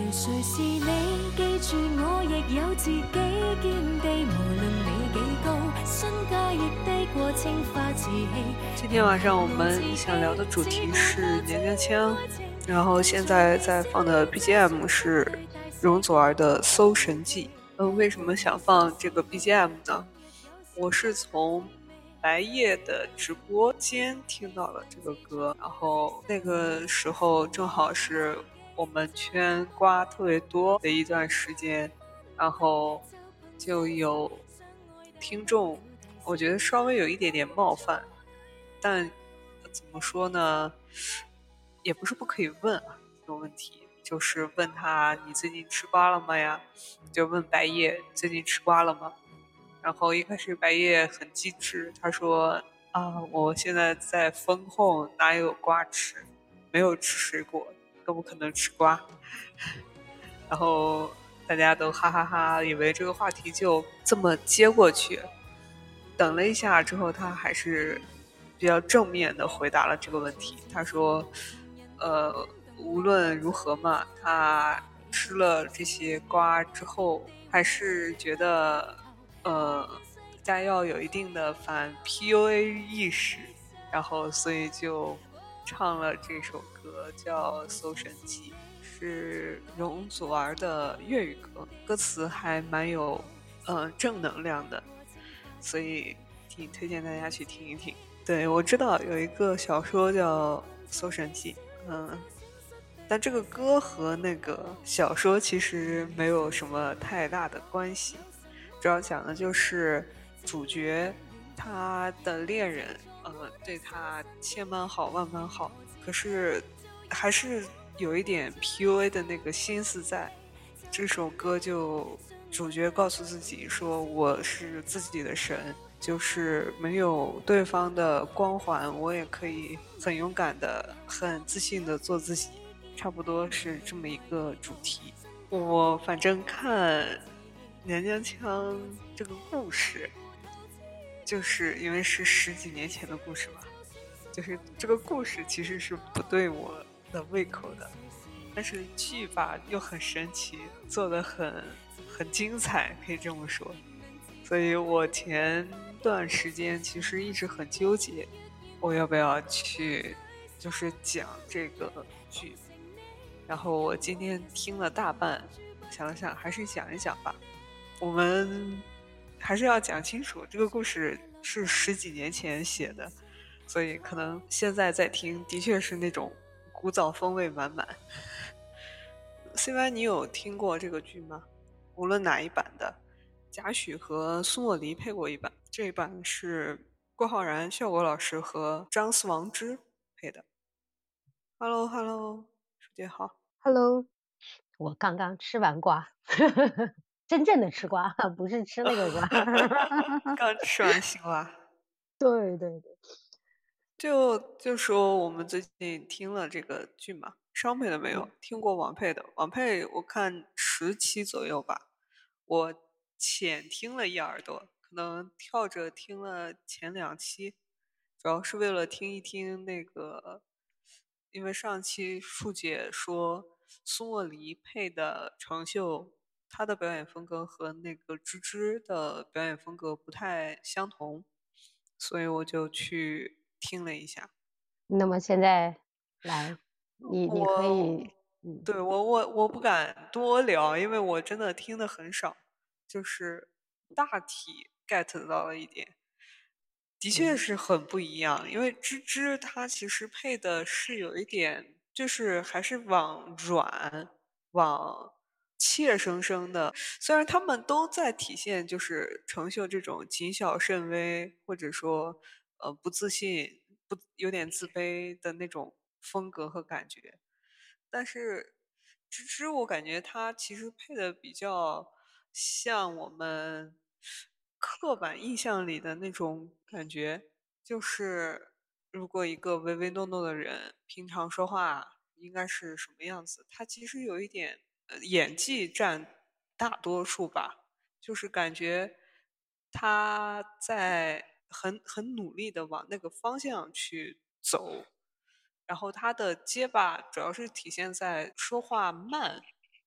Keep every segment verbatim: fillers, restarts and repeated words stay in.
谁是你？记住我亦有自己见地，无论你几高，身价亦低过青花瓷器。 今天晚上我们想聊的主题是娘娘腔，然后现在在放的 B G M 是容祖儿的《搜神记》。呃，为什么想放这个 B G M 呢？我是从白夜的直播间听到了这个歌，然后那个时候正好是我们圈瓜特别多的一段时间，然后就有听众，我觉得稍微有一点点冒犯，但怎么说呢，也不是不可以问啊，这个问题就是问他你最近吃瓜了吗呀？就问白夜最近吃瓜了吗？然后一开始白夜很机智，他说啊，我现在在风控，哪有瓜吃？没有吃水果，更不可能吃瓜。然后大家都哈哈哈，以为这个话题就这么接过去。等了一下之后，他还是比较正面的回答了这个问题。他说，呃，无论如何嘛，他吃了这些瓜之后，还是觉得，呃，大家要有一定的反 P U A 意识，然后所以就唱了这首歌，叫《搜神记》。是容祖儿的粤语歌，歌词还蛮有呃正能量的，所以挺推荐大家去听一听。对，我知道有一个小说叫《搜神记》，嗯，但这个歌和那个小说其实没有什么太大的关系，主要讲的就是主角他的恋人，呃，对他千般好万般好，可是还是有一点 P U A 的那个心思在。这首歌就主角告诉自己说我是自己的神，就是没有对方的光环，我也可以很勇敢的、很自信的做自己，差不多是这么一个主题。我反正看娘娘腔这个故事，就是因为是十几年前的故事嘛，就是这个故事其实是不对我的胃口的，但是剧吧又很神奇，做的很很精彩，可以这么说。所以我前段时间其实一直很纠结，我要不要去就是讲这个剧。然后我今天听了大半，想了想还是讲一讲吧。我们还是要讲清楚，这个故事是十几年前写的，所以可能现在在听，的确是那种古早风味满满。C Y，你有听过这个剧吗？无论哪一版的，贾诩和苏莫离配过一版，这一版是郭浩然、效果老师和张思王之配的。Hello，Hello，书姐好。 Hello，我刚刚吃完瓜，真正的吃瓜，不是吃那个瓜。 刚吃完西瓜。 对对对， 就就说我们最近听了这个剧嘛，商配的没有， 嗯， 听过网配的。网配我看十期左右吧，我浅听了一耳朵，可能跳着听了前两期，主要是为了听一听那个，因为上期树姐说苏莫离配的长袖，她的表演风格和那个芝芝的表演风格不太相同。所以我就去听了一下。 那么现在来，你你可以， 我嗯对，我我我不敢多聊，因为我真的听的很少，就是大体 get 到了一点，的确嗯， 是很不一样。因为芝芝她其实配的是有一点，就是还是往软、往怯生生的。虽然他们都在体现就是程秀这种谨小慎微，或者说呃不自信、不有点自卑的那种风格和感觉，但是芝芝我感觉她其实配的比较像我们刻板印象里的那种感觉，就是如果一个唯唯诺诺的人平常说话应该是什么样子，他其实有一点呃演技占大多数吧，就是感觉他在很很努力的往那个方向去走，然后他的结巴主要是体现在说话慢，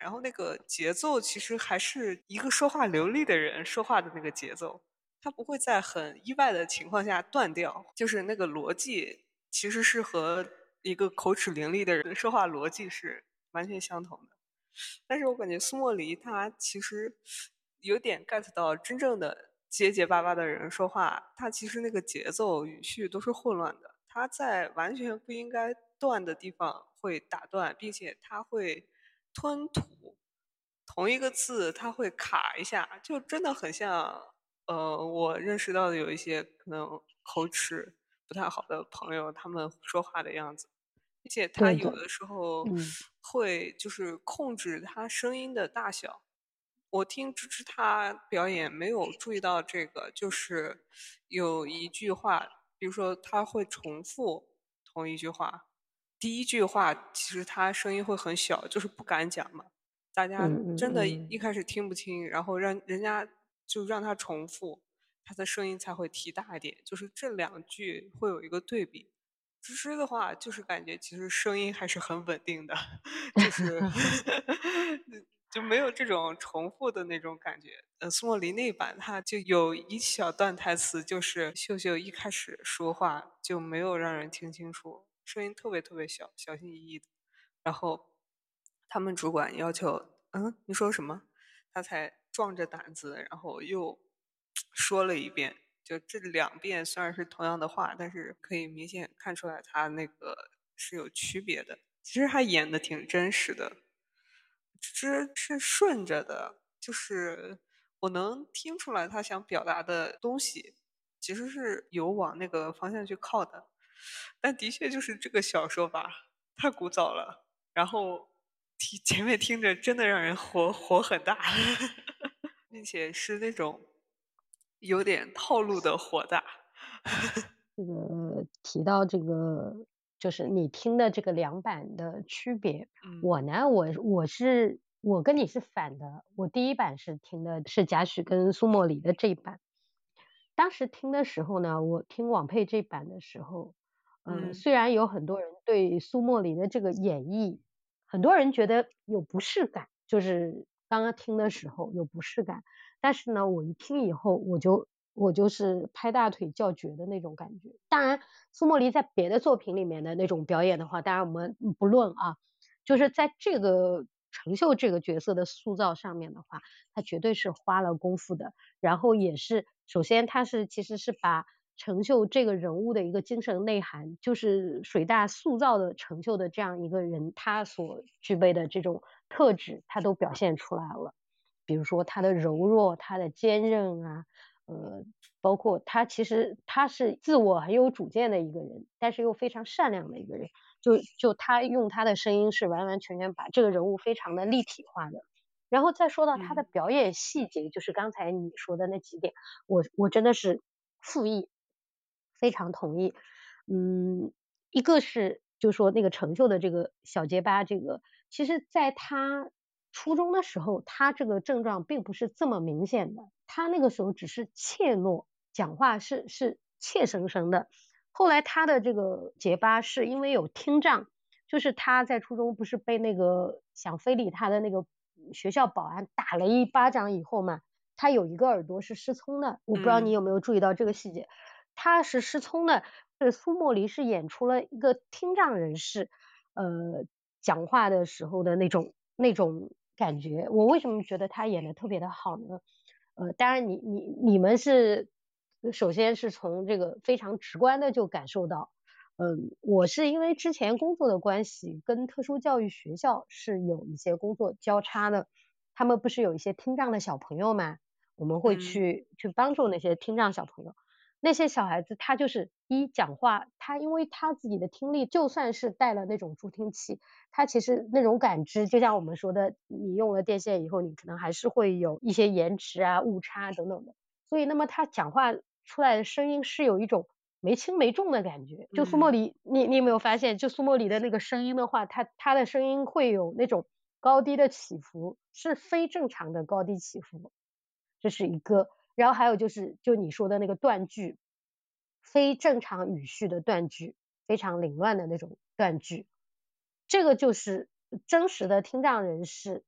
然后那个节奏其实还是一个说话流利的人说话的那个节奏，他不会在很意外的情况下断掉，就是那个逻辑其实是和一个口齿伶俐的人说话逻辑是完全相同的。但是我感觉苏莫离他其实有点 get 到真正的结结巴巴的人说话，他其实那个节奏语序都是混乱的，他在完全不应该断的地方会打断，并且他会吞吐，同一个字他会卡一下，就真的很像呃我认识到的有一些可能口齿不太好的朋友他们说话的样子。并且他对的， 有的时候嗯会就是控制他声音的大小。我听芝芝他表演没有注意到这个，就是有一句话，比如说他会重复同一句话，第一句话其实他声音会很小，就是不敢讲嘛，大家嗯嗯真的一嗯， 开始听不清，然后让人家就让他重复，他的声音才会提大一点，就是这两句会有一个对比。芝芝的话，就是感觉其实声音还是很稳定的，就是就没有这种重复的那种感觉。呃，苏莫离那一版他就有一小段台词，就是秀秀一开始说话就没有让人听清楚，声音特别特别小，小心翼翼的。然后他们主管要求，嗯，你说什么？他才壮着胆子，然后又说了一遍。就这两遍虽然是同样的话，但是可以明显看出来他那个是有区别的。其实他演的挺真实的，只是顺着的，就是我能听出来他想表达的东西，其实是有往那个方向去靠的。但的确就是这个小说吧，太古早了，然后听前面听着真的让人火火很大，并且是那种有点套路的火大。 这个提到这个，就是你听的这个两版的区别。 嗯我呢，我我是我跟你是反的，我第一版是听的是贾诩跟苏莫离的这一版。当时听的时候呢，我听网配这版的时候，呃， 嗯虽然有很多人对苏莫离的这个演绎，很多人觉得有不适感，就是刚刚听的时候有不适感，但是呢，我一听以后，我就我就是拍大腿叫绝的那种感觉。当然，苏莫离在别的作品里面的那种表演的话，当然我们不论啊，就是在这个程秀这个角色的塑造上面的话，他绝对是花了功夫的。然后也是，首先他是其实是把程秀这个人物的一个精神内涵，就是水大塑造的程秀的这样一个人，他所具备的这种特质，他都表现出来了。比如说他的柔弱，他的坚韧啊，呃，包括他其实他是自我很有主见的一个人，但是又非常善良的一个人。就就他用他的声音是完完全全把这个人物非常的立体化的。然后再说到他的嗯表演细节，就是刚才你说的那几点，我我真的是复议，非常同意。嗯，一个是就说那个成就的这个小结巴，这个其实在他初中的时候，他这个症状并不是这么明显的，他那个时候只是怯懦，讲话是是怯生生的。后来他的这个结巴是因为有听障，就是他在初中不是被那个想非礼他的那个学校保安打了一巴掌以后嘛，他有一个耳朵是失聪的，我不知道你嗯有没有注意到这个细节，他是失聪的，是苏莫离是演出了一个听障人士，呃，讲话的时候的那种那种感觉。我为什么觉得他演的特别的好呢？呃，当然你你你们是首先是从这个非常直观的就感受到。嗯，我是因为之前工作的关系，跟特殊教育学校是有一些工作交叉的。他们不是有一些听障的小朋友嘛，我们会嗯去去帮助那些听障小朋友。那些小孩子他就是一讲话，他因为他自己的听力，就算是带了那种助听器，他其实那种感知，就像我们说的，你用了电线以后，你可能还是会有一些延迟啊、误差等等的。所以，那么他讲话出来的声音是有一种没轻没重的感觉。就苏莫嗯离，你你有没有发现，就苏莫离的那个声音的话，他他的声音会有那种高低的起伏，是非正常的高低起伏，这是一个。然后还有就是，就你说的那个断句，非正常语序的断句，非常凌乱的那种断句，这个就是真实的听障人士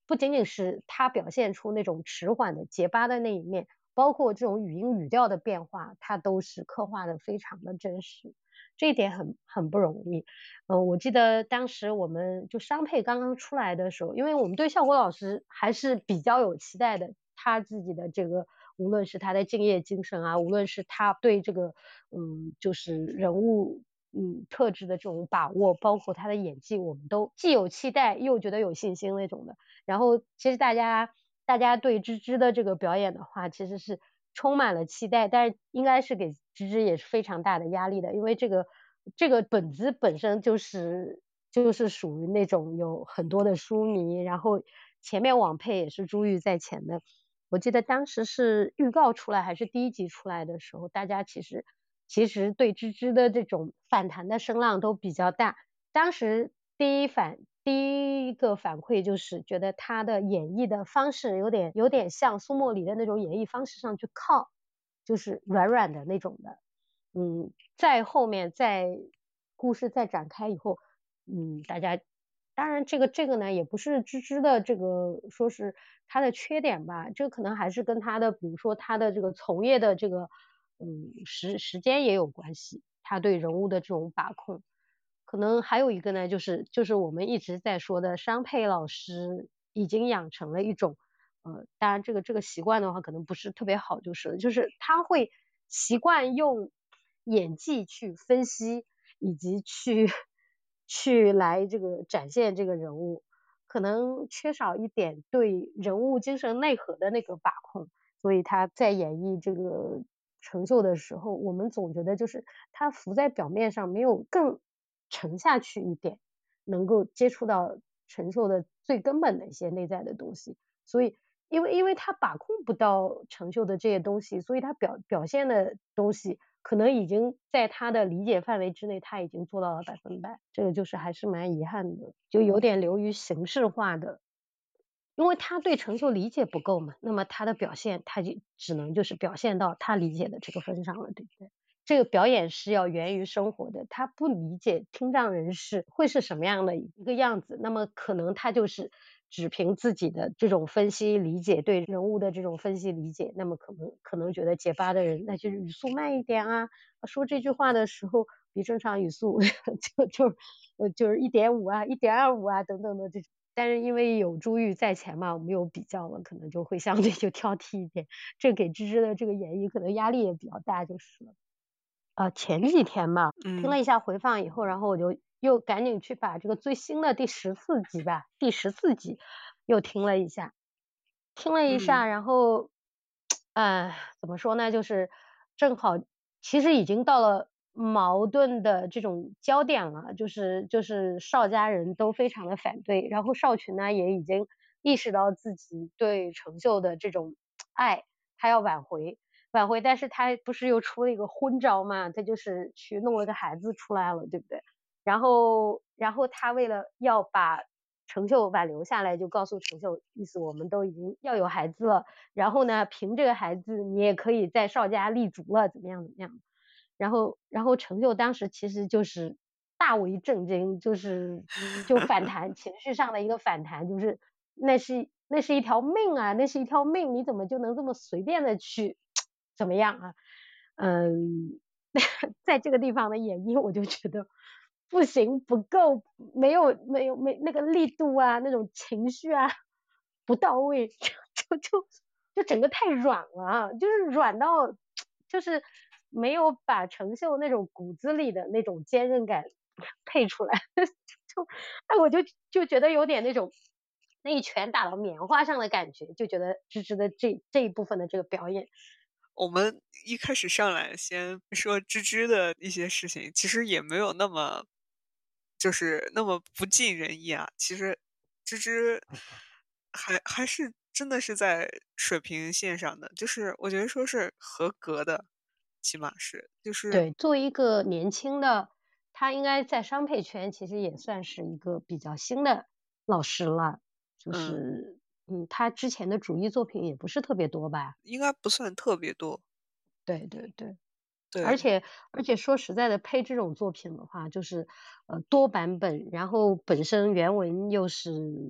不仅仅是他表现出那种迟缓的结巴的那一面，包括这种语音语调的变化，他都是刻画的非常的真实，这一点很很不容易。嗯、呃，我记得当时我们就商配刚刚出来的时候，因为我们对效果老师还是比较有期待的，他自己的这个无论是他的敬业精神啊，无论是他对这个嗯就是人物嗯特质的这种把握，包括他的演技，我们都既有期待又觉得有信心那种的。然后其实大家大家对芝芝的这个表演的话，其实是充满了期待，但是应该是给芝芝也是非常大的压力的，因为这个这个本子本身就是就是属于那种有很多的书迷，然后前面网配也是珠玉在前的。我记得当时是预告出来还是第一集出来的时候，大家其实其实对芝芝的这种反弹的声浪都比较大。当时第一反第一个反馈就是觉得他的演绎的方式有点有点像苏沫里的那种演绎方式上去靠，就是软软的那种的。嗯，在后面在故事再展开以后，嗯，大家当然这个这个呢也不是芝芝的这个说是他的缺点吧，这个可能还是跟他的比如说他的这个从业的这个嗯时时间也有关系，他对人物的这种把控。可能还有一个呢，就是就是我们一直在说的商配老师已经养成了一种呃，当然这个这个习惯的话可能不是特别好，就是就是他会习惯用演技去分析以及去去来这个展现这个人物，可能缺少一点对人物精神内核的那个把控，所以他在演绎这个成就的时候，我们总觉得就是他浮在表面上没有更沉下去一点，能够接触到陈秀的最根本的一些内在的东西。所以因为因为他把控不到陈秀的这些东西，所以他表表现的东西可能已经在他的理解范围之内，他已经做到了百分百，这个就是还是蛮遗憾的，就有点流于形式化的。因为他对陈秀理解不够嘛，那么他的表现他就只能就是表现到他理解的这个份上了，对不对？这个表演是要源于生活的，他不理解听障人士会是什么样的一个样子，那么可能他就是只凭自己的这种分析理解，对人物的这种分析理解，那么可能可能觉得结巴的人那就语速慢一点啊，说这句话的时候比正常语速就就呃就是一点五啊、一点二五啊等等的这种。但是因为有珠玉在前嘛，我们有比较了，可能就会相对就挑剔一点，这给芝芝的这个演绎可能压力也比较大，就是了。呃，前几天吧，听了嗯一下回放以后，然后我就又赶紧去把这个最新的第十四集吧，第十四集又听了一下，听了一下， 嗯然后，呃，怎么说呢，就是正好其实已经到了矛盾的这种焦点了，就是就是邵家人都非常的反对，然后邵群呢也已经意识到自己对程秀的这种爱，他要挽回。挽回，但是他不是又出了一个昏招嘛，他就是去弄了个孩子出来了，对不对？然后，然后他为了要把程秀挽留下来，就告诉程秀，意思我们都已经要有孩子了，然后呢，凭这个孩子你也可以在邵家立足了，怎么样怎么样？然后，然后程秀当时其实就是大为震惊，就是就反弹情绪上的一个反弹，就是那是那是一条命啊，那是一条命，你怎么就能这么随便的去怎么样啊？嗯，在这个地方的演绎，我就觉得不行，不够，没有没有没那个力度啊，那种情绪啊不到位，就就就就整个太软了，就是软到就是没有把程秀那种骨子里的那种坚韧感配出来，就哎我就就觉得有点那种那一拳打到棉花上的感觉，就觉得芝芝的这这一部分的这个表演。 我们一开始上来先说芝芝的一些事情，其实也没有那么就是那么不尽人意啊。其实芝芝还还是真的是在水平线上的，就是我觉得说是合格的，起码是就是对，作为一个年轻的，他应该在商配圈其实也算是一个比较新的老师了，就嗯， 是嗯，他之前的主艺作品也不是特别多吧？ 应该不算特别多。 对对对，而对， 且而且说实在的，配这种作品的话，就是呃多版本，然后本身原文又是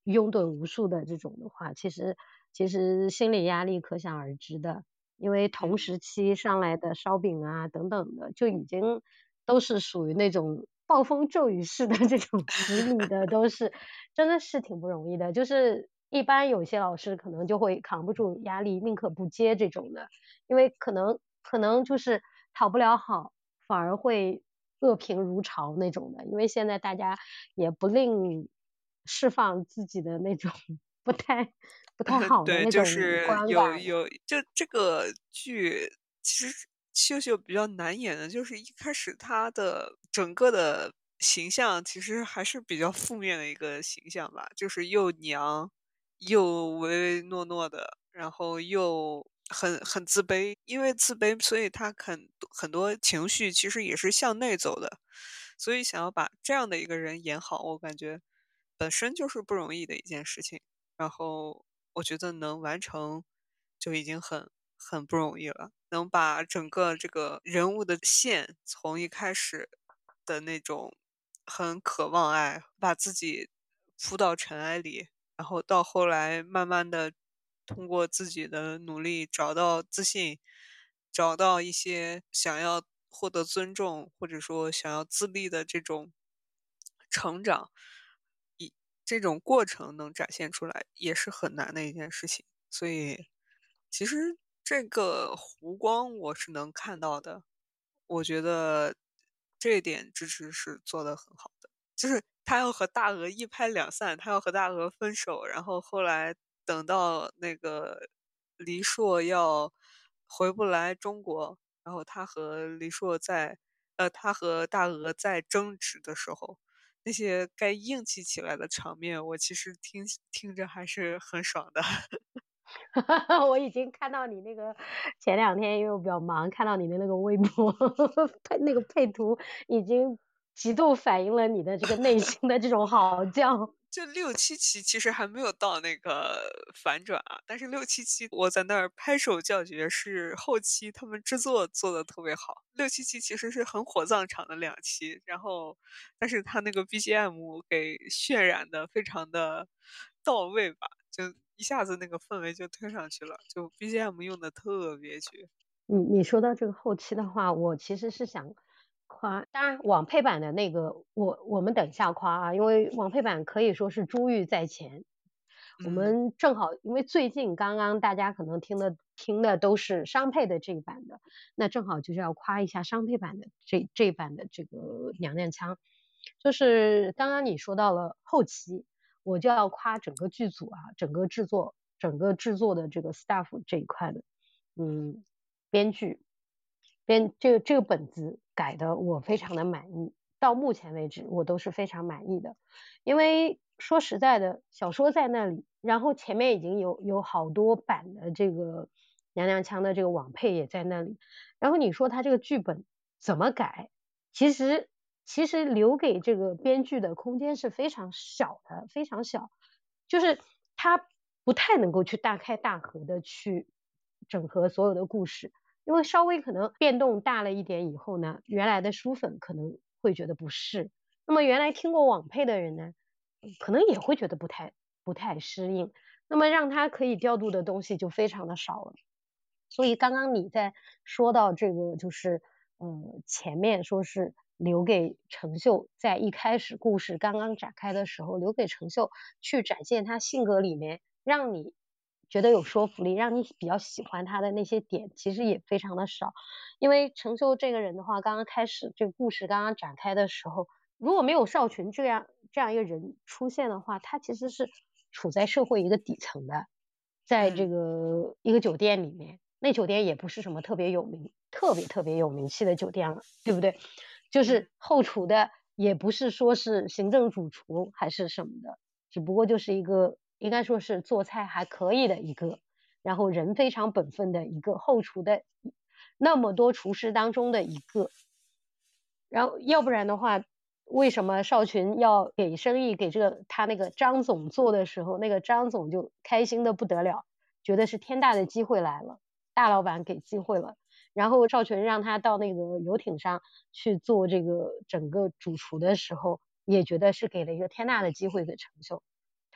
拥趸无数的这种的话，其实其实心理压力可想而知的。因为同嗯， 时期上来的烧饼啊等等的，就已经都是属于那种暴风骤雨式的这种洗礼的，都是真的是挺不容易的。就是一般有些老师可能就会扛不住压力，宁可不接这种的，因为可能可能就是讨不了好，反而会恶评如潮那种的。因为现在大家也不吝释放自己的那种不太不太好的对， 那种就是观感。 有有就这个剧，其实秀秀比较难演的，就是一开始她的整个的形象其实还是比较负面的一个形象吧，就是又娘，又唯唯诺诺的，然后又很很自卑，因为自卑，所以她很很多情绪其实也是向内走的，所以想要把这样的一个人演好，我感觉本身就是不容易的一件事情。然后我觉得能完成就已经很很不容易了，能把整个这个人物的线从一开始的那种很渴望爱，把自己扑到尘埃里，然后到后来慢慢的通过自己的努力找到自信，找到一些想要获得尊重，或者说想要自立的这种成长，一这种过程能展现出来，也是很难的一件事情。所以，其实这个弧光我是能看到的，我觉得这一点芝芝是做得很好的。就是他要和大鹅一拍两散，他要和大鹅分手，然后后来等到那个黎硕要回不来中国，然后他和黎硕在呃，他和大鹅在争执的时候，那些该硬气起来的场面，我其实听听着还是很爽的。 我已经看到你那个前两天因为我比较忙，看到你的那个微博配那个配图，已经极度反映了你的这个内心的这种嚎叫。 就六七期其实还没有到那个反转啊，但是六七期我在那儿拍手叫绝，是后期他们制作做的特别好。六七期其实是很火葬场的两期，然后但是他那个 B G M 给渲染的非常的到位吧，就一下子那个氛围就推上去了，就 B G M 用的特别绝。 你你说到这个后期的话，我其实是想夸，当然网配版的那个，我我们等一下夸啊，因为网配版可以说是珠玉在前。我嗯们正好，因为最近刚刚大家可能听的听的都是商配的这一版的，那正好就是要夸一下商配版的这这一版的这个娘娘腔。就是刚刚你说到了后期，我就要夸整个剧组啊，整个制作，整个制作的这个 staff 这一块的。嗯，编剧编这个这个本子改的我非常的满意，到目前为止我都是非常满意的。因为说实在的，小说在那里，然后前面已经有有好多版的这个娘娘腔的这个网配也在那里，然后你说他这个剧本怎么改，其实其实留给这个编剧的空间是非常小的，非常小，就是他不太能够去大开大合的去整合所有的故事。因为稍微可能变动大了一点以后呢，原来的书粉可能会觉得不适，那么原来听过网配的人呢，可能也会觉得不太不太适应，那么让他可以调度的东西就非常的少了。所以刚刚你在说到这个，就是呃前面说是留给程秀，在一开始故事刚刚展开的时候，留给程秀去展现他性格里面让你觉得有说服力，让你比较喜欢他的那些点，其实也非常的少。因为程秀这个人的话，刚刚开始这个故事刚刚展开的时候，如果没有少群这样这样一个人出现的话，他其实是处在社会一个底层的。在这嗯个一个酒店里面，那酒店也不是什么特别有名、特别特别有名气的酒店了，对不对？就嗯是后厨的，也不是说是行政主厨还是什么的，只不过就是一个应该说是做菜还可以的一个，然后人非常本分的一个后厨的，那么多厨师当中的一个。然后要不然的话，为什么少群要给生意给这个他那个张总做的时候，那个张总就开心的不得了，觉得是天大的机会来了，大老板给机会了。然后少群让他到那个游艇上去做这个整个主厨的时候，也觉得是给了一个天大的机会给程秀。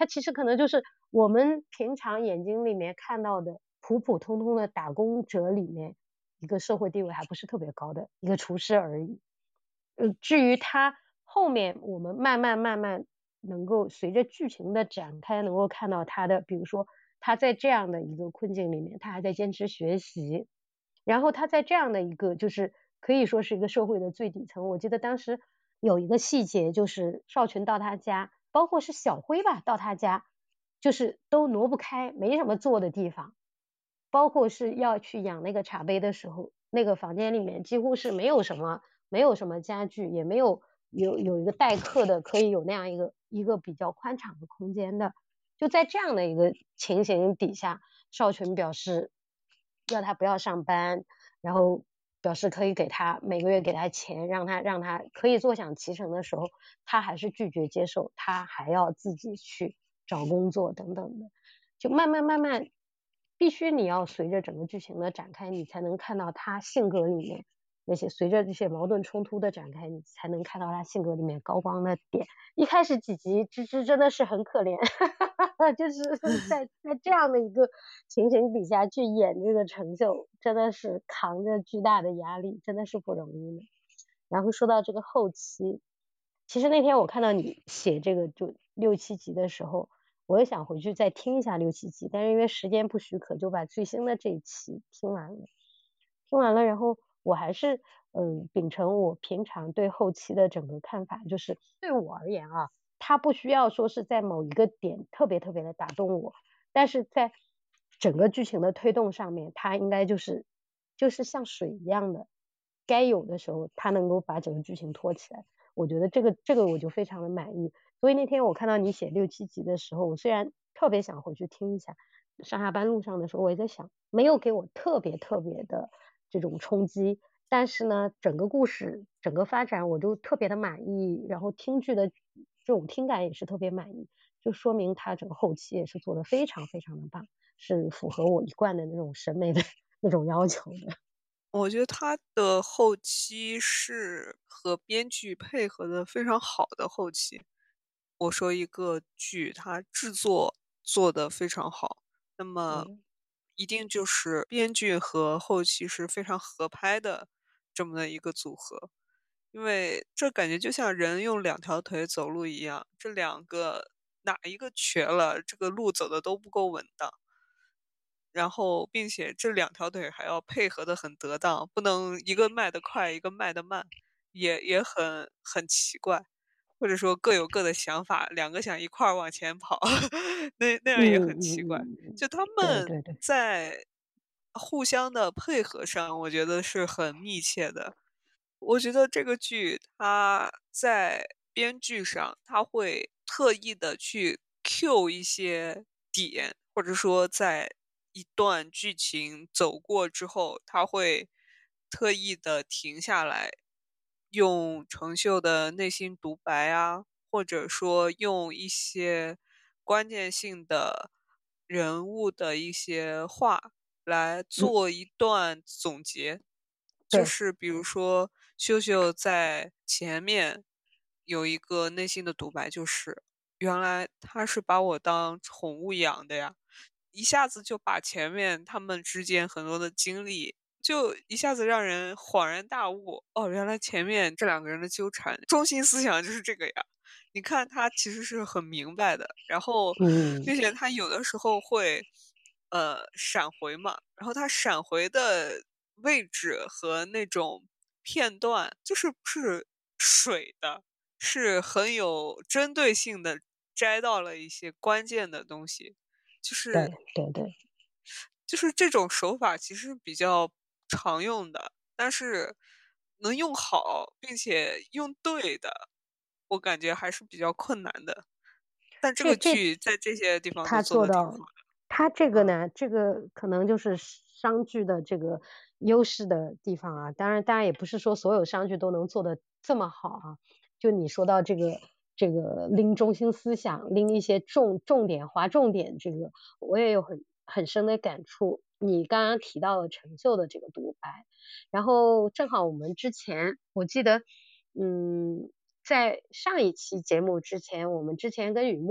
它其实可能就是我们平常眼睛里面看到的普普通通的打工者里面一个社会地位还不是特别高的一个厨师而已。呃，至于他后面我们慢慢慢慢能够随着剧情的展开，能够看到他的，比如说他在这样的一个困境里面，他还在坚持学习，然后他在这样的一个就是可以说是一个社会的最底层。我记得当时有一个细节，就是少群到他家，包括是小辉吧，到他家，就是都挪不开，没什么坐的地方。包括是要去养那个茶杯的时候，那个房间里面几乎是没有什么没有什么家具，也没有有有一个待客的可以有那样一个一个比较宽敞的空间的。就在这样的一个情形底下，少群表示要他不要上班，然后表示可以给他每个月给他钱，让他让他可以坐享其成的时候，他还是拒绝接受，他还要自己去找工作等等的。就慢慢慢慢，必须你要随着整个剧情的展开，你才能看到他性格里面那些，随着这些矛盾冲突的展开，你才能看到他性格里面高光的点。一开始几集芝芝真的是很可怜，就是在在这样的一个情形底下去演这个成就，真的是扛着巨大的压力，真的是不容易的。然后说到这个后期，其实那天我看到你写这个就六七集的时候，我也想回去再听一下六七集，但是因为时间不许可，就把最新的这一期听完了。听完了，然后我还是嗯，秉承我平常对后期的整个看法，就是对我而言啊，它不需要说是在某一个点特别特别的打动我，但是在整个剧情的推动上面，它应该就是就是像水一样的，该有的时候它能够把整个剧情拖起来。我觉得这个这个我就非常的满意。所以那天我看到你写六七集的时候，我虽然特别想回去听一下，上下班路上的时候我也在想，没有给我特别特别的这种冲击，但是呢，整个故事整个发展我都特别的满意，然后听剧的这种听感也是特别满意，就说明他整个后期也是做的非常非常的棒，是符合我一贯的那种审美的那种要求的。 我觉得他的后期是和编剧配合的非常好的后期。我说一个剧，它制作做得非常好，那么嗯一定就是编剧和后期是非常合拍的这么的一个组合。因为这感觉就像人用两条腿走路一样，这两个哪一个瘸了，这个路走的都不够稳当。然后并且这两条腿还要配合的很得当，不能一个迈得快，一个迈得慢，也也很很奇怪。或者说各有各的想法，两个想一块儿往前跑，那那样也嗯很奇怪。 嗯嗯， 就他们对对对在互相的配合上，我觉得是很密切的。我觉得这个剧它在编剧上，它会特意的去 cue 一些点，或者说在一段剧情走过之后，它会特意的停下来，用程秀的内心独白啊，或者说用一些关键性的人物的一些话来嗯做一段总结。就对是比如说，秀秀在前面有一个内心的独白，就是原来他是把我当宠物养的呀，一下子就把前面他们之间很多的经历，就一下子让人恍然大悟。哦，原来前面这两个人的纠缠，中心思想就是这个呀。你看他其实是很明白的，然后嗯并且他有的时候会呃闪回嘛，然后他闪回的位置和那种片段，就是不是水的，是很有针对性的摘到了一些关键的东西，就对是对对。 就是这种手法其实比较常用的，但是能用好并且用对的，我感觉还是比较困难的。但这个这这剧在这些地方都他做的挺好做到，他这的，嗯。 个呢，这个可能就是商剧的这个优势的地方啊。当然，当然也不是说所有商剧都能做得这么好啊。就你说到这个这个拎中心思想，拎一些重重点划重点，这个我也有很很深的感触。你刚刚提到了陈秀的这个独白，然后正好我们之前我记得，嗯。在上一期节目之前，我们之前跟雨木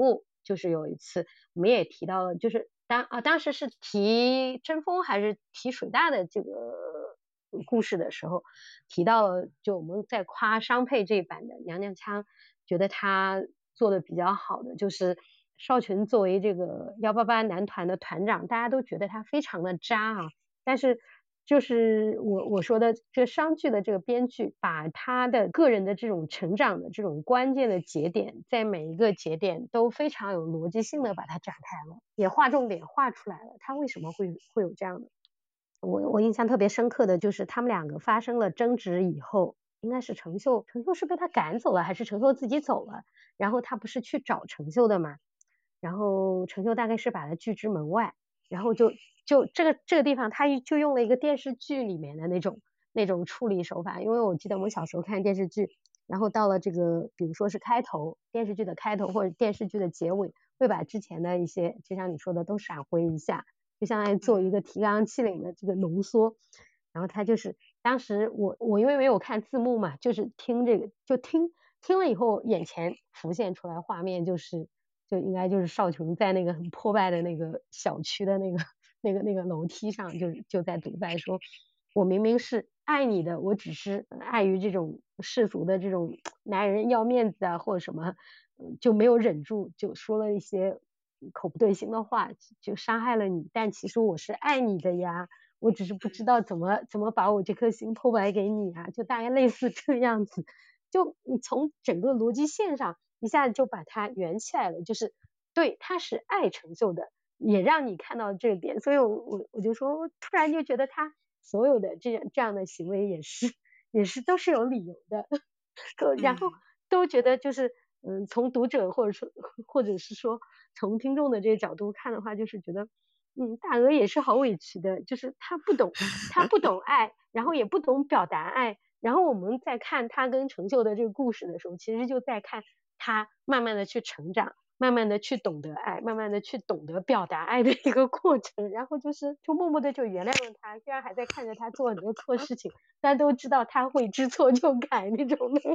就是有一次我们也提到了，就是当啊当时是提针锋还是提水大的这个故事的时候，提到了就我们在夸商配这一版的娘娘腔，觉得他做的比较好的就是邵群作为这个幺八八男团的团长，大家都觉得他非常的渣啊，但是就是我我说的这个商剧的这个编剧，把他的个人的这种成长的这种关键的节点，在每一个节点都非常有逻辑性的把它展开了，也划重点画出来了，他为什么会会有这样的。我我印象特别深刻的就是他们两个发生了争执以后，应该是程秀，程秀是被他赶走了还是程秀自己走了，然后他不是去找程秀的嘛，然后程秀大概是把他拒之门外，然后就就这个这个地方他就用了一个电视剧里面的那种那种处理手法，因为我记得我们小时候看电视剧，然后到了这个比如说是开头，电视剧的开头或者电视剧的结尾，会把之前的一些就像你说的都闪回一下，就相当于做一个提纲挈领的这个浓缩。然后他就是当时我我因为没有看字幕嘛，就是听这个就听听了以后，眼前浮现出来画面就是就应该就是邵琼在那个很破败的那个小区的那个那个那个楼梯上就就在独白说，我明明是爱你的，我只是碍于这种世俗的这种男人要面子啊或者什么，就没有忍住就说了一些口不对心的话，就伤害了你，但其实我是爱你的呀，我只是不知道怎么怎么把我这颗心剖白给你啊，就大概类似这样子，就你从整个逻辑线上一下子就把它圆起来了，就是对他是爱成就的，也让你看到这个点，所以我我我就说突然就觉得他所有的这这样的行为也是也是都是有理由的然后都觉得就是嗯，从读者或者说或者是说从听众的这个角度看的话，就是觉得嗯，大鹅也是好委屈的，就是他不懂他不懂爱，然后也不懂表达爱，然后我们在看他跟程秀的这个故事的时候，其实就在看他慢慢的去成长，慢慢的去懂得爱，慢慢的去懂得表达爱的一个过程，然后就是就默默的就原谅了他，虽然还在看着他做很多错事情，但都知道他会知错就改那种的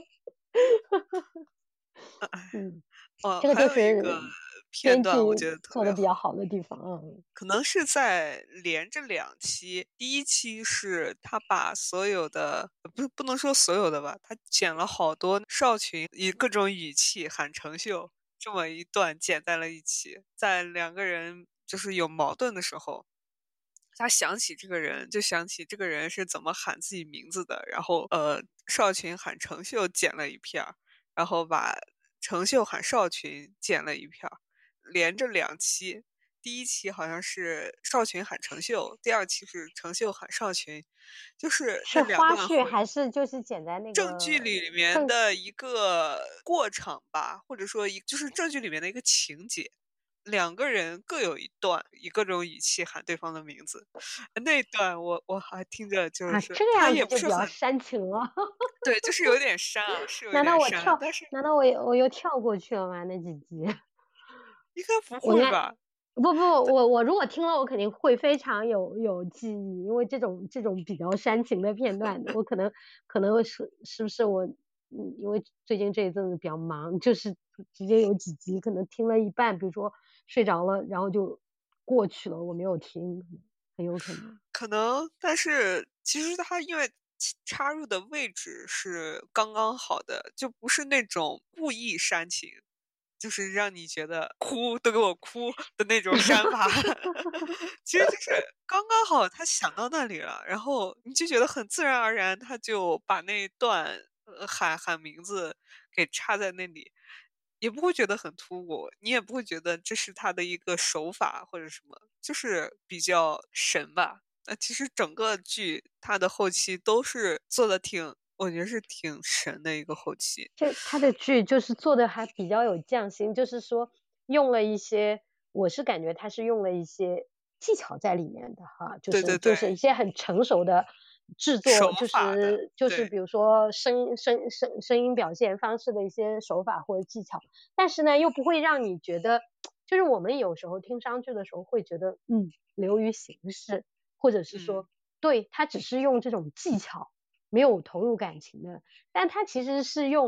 嗯， 哦， 这个还就是有一个片编剧段我觉得特做的比较别好， 好的地方，嗯， 可能是在连着两期，第一期是他把所有的不不能说所有的吧，他剪了好多少群以各种语气喊程秀这么一段剪在了一起，在两个人就是有矛盾的时候，他想起这个人，就想起这个人是怎么喊自己名字的，然后呃，少群喊程秀剪了一片儿，然后把程秀喊少群剪了一片儿，连着两期。第一期好像是少群喊程秀，第二期是程秀喊少群，就是那是两段回花絮还是就是剪在那正剧个里面正的一个过程吧，或者说一就是正剧里面的一个情节。两个人各有一段，以各种语气喊对方的名字。那段我我还听着就啊是，他这个样子就比较也不是很煽情了， 对，就是有点煽啊，是有一难道点煽， 我跳但是难道我我又跳过去了吗？那几集？ 应该不我应该会吧？ 不不，我我如果听了，我肯定会非常有有记忆，因为这种这种比较煽情的片段，我可能可能是是不是我嗯，因为最近这一阵子比较忙，就是直接有几集可能听了一半，比如说睡着了，然后就过去了，我没有听，很有可能。 可能，但是其实它因为其插入的位置是刚刚好的，就不是那种故意煽情，就是让你觉得哭都给我哭的那种煽法。其实就是刚刚好，他想到那里了，然后你就觉得很自然而然，他就把那一段呃喊喊名字给插在那里，也不会觉得很突兀，你也不会觉得这是他的一个手法或者什么，就是比较神吧。那其实整个剧它的后期都是做的挺，我觉得是挺神的一个后期。 这他的剧就是做的还比较有匠心，就是说用了一些，我是感觉他是用了一些技巧在里面的哈，就对对对， 是就是一些很成熟的制手作，就法的， 是就是对， 比如说声声声声音表现方式的一些手法或者技巧，但是呢又不会让你觉得，就是我们有时候听商剧的时候会觉得嗯流于形式，或者是嗯。 说对他只是用这种技巧。没有投入感情的，但他其实是用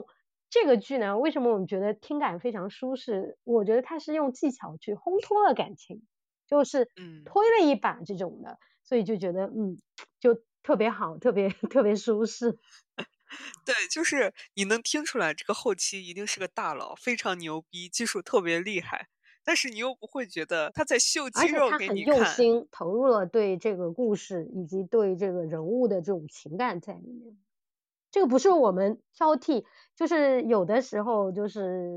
这个剧呢，为什么我们觉得听感非常舒适？我觉得它是用技巧去烘托了感情，就是嗯， 推了一把这种的，所以就觉得嗯，就特别好，特别特别舒适。 对，就是你能听出来这个后期一定是个大佬，非常牛逼，技术特别厉害，但是你又不会觉得他在秀肌而且肉给他很用你看。 心，投入了对这个故事以及对这个人物的这种情感在里面。这个不是我们挑剔，就是有的时候就是，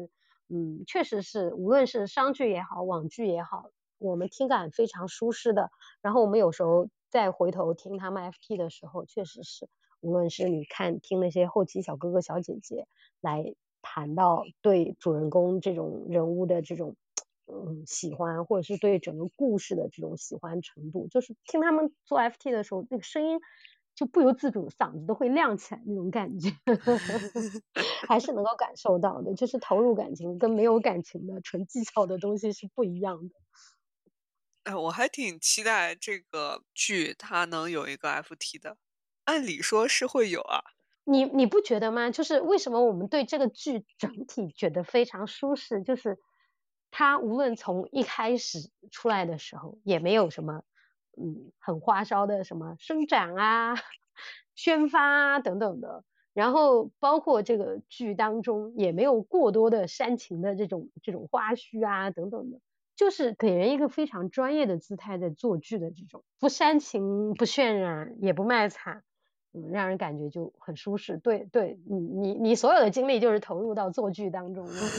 嗯，确实是，无论是商剧也好，网剧也好，我们听感非常舒适的。然后我们有时候再回头听他们 F T 的时候，确实是，无论是你看听那些后期小哥哥小姐姐来谈到对主人公这种人物的这种。嗯，喜欢或者是对整个故事的这种喜欢程度，就是听他们做 F T 的时候，那个声音就不由自主，嗓子都会亮起来那种感觉，还是能够感受到的。就是投入感情跟没有感情的纯技巧的东西是不一样的。 哎，我还挺期待这个剧它能有一个 F T 的，按理说是会有啊。 你你不觉得吗？就是为什么我们对这个剧整体觉得非常舒适？就是它无论从一开始出来的时候，也没有什么嗯很花哨的什么生长啊、宣发啊等等的，然后包括这个剧当中也没有过多的煽情的这种这种花絮啊等等的，就是给人一个非常专业的姿态在做剧的这种，不煽情、不渲染，也不卖惨。嗯，让人感觉就很舒适。对对，你你你所有的精力就是投入到做剧当中了。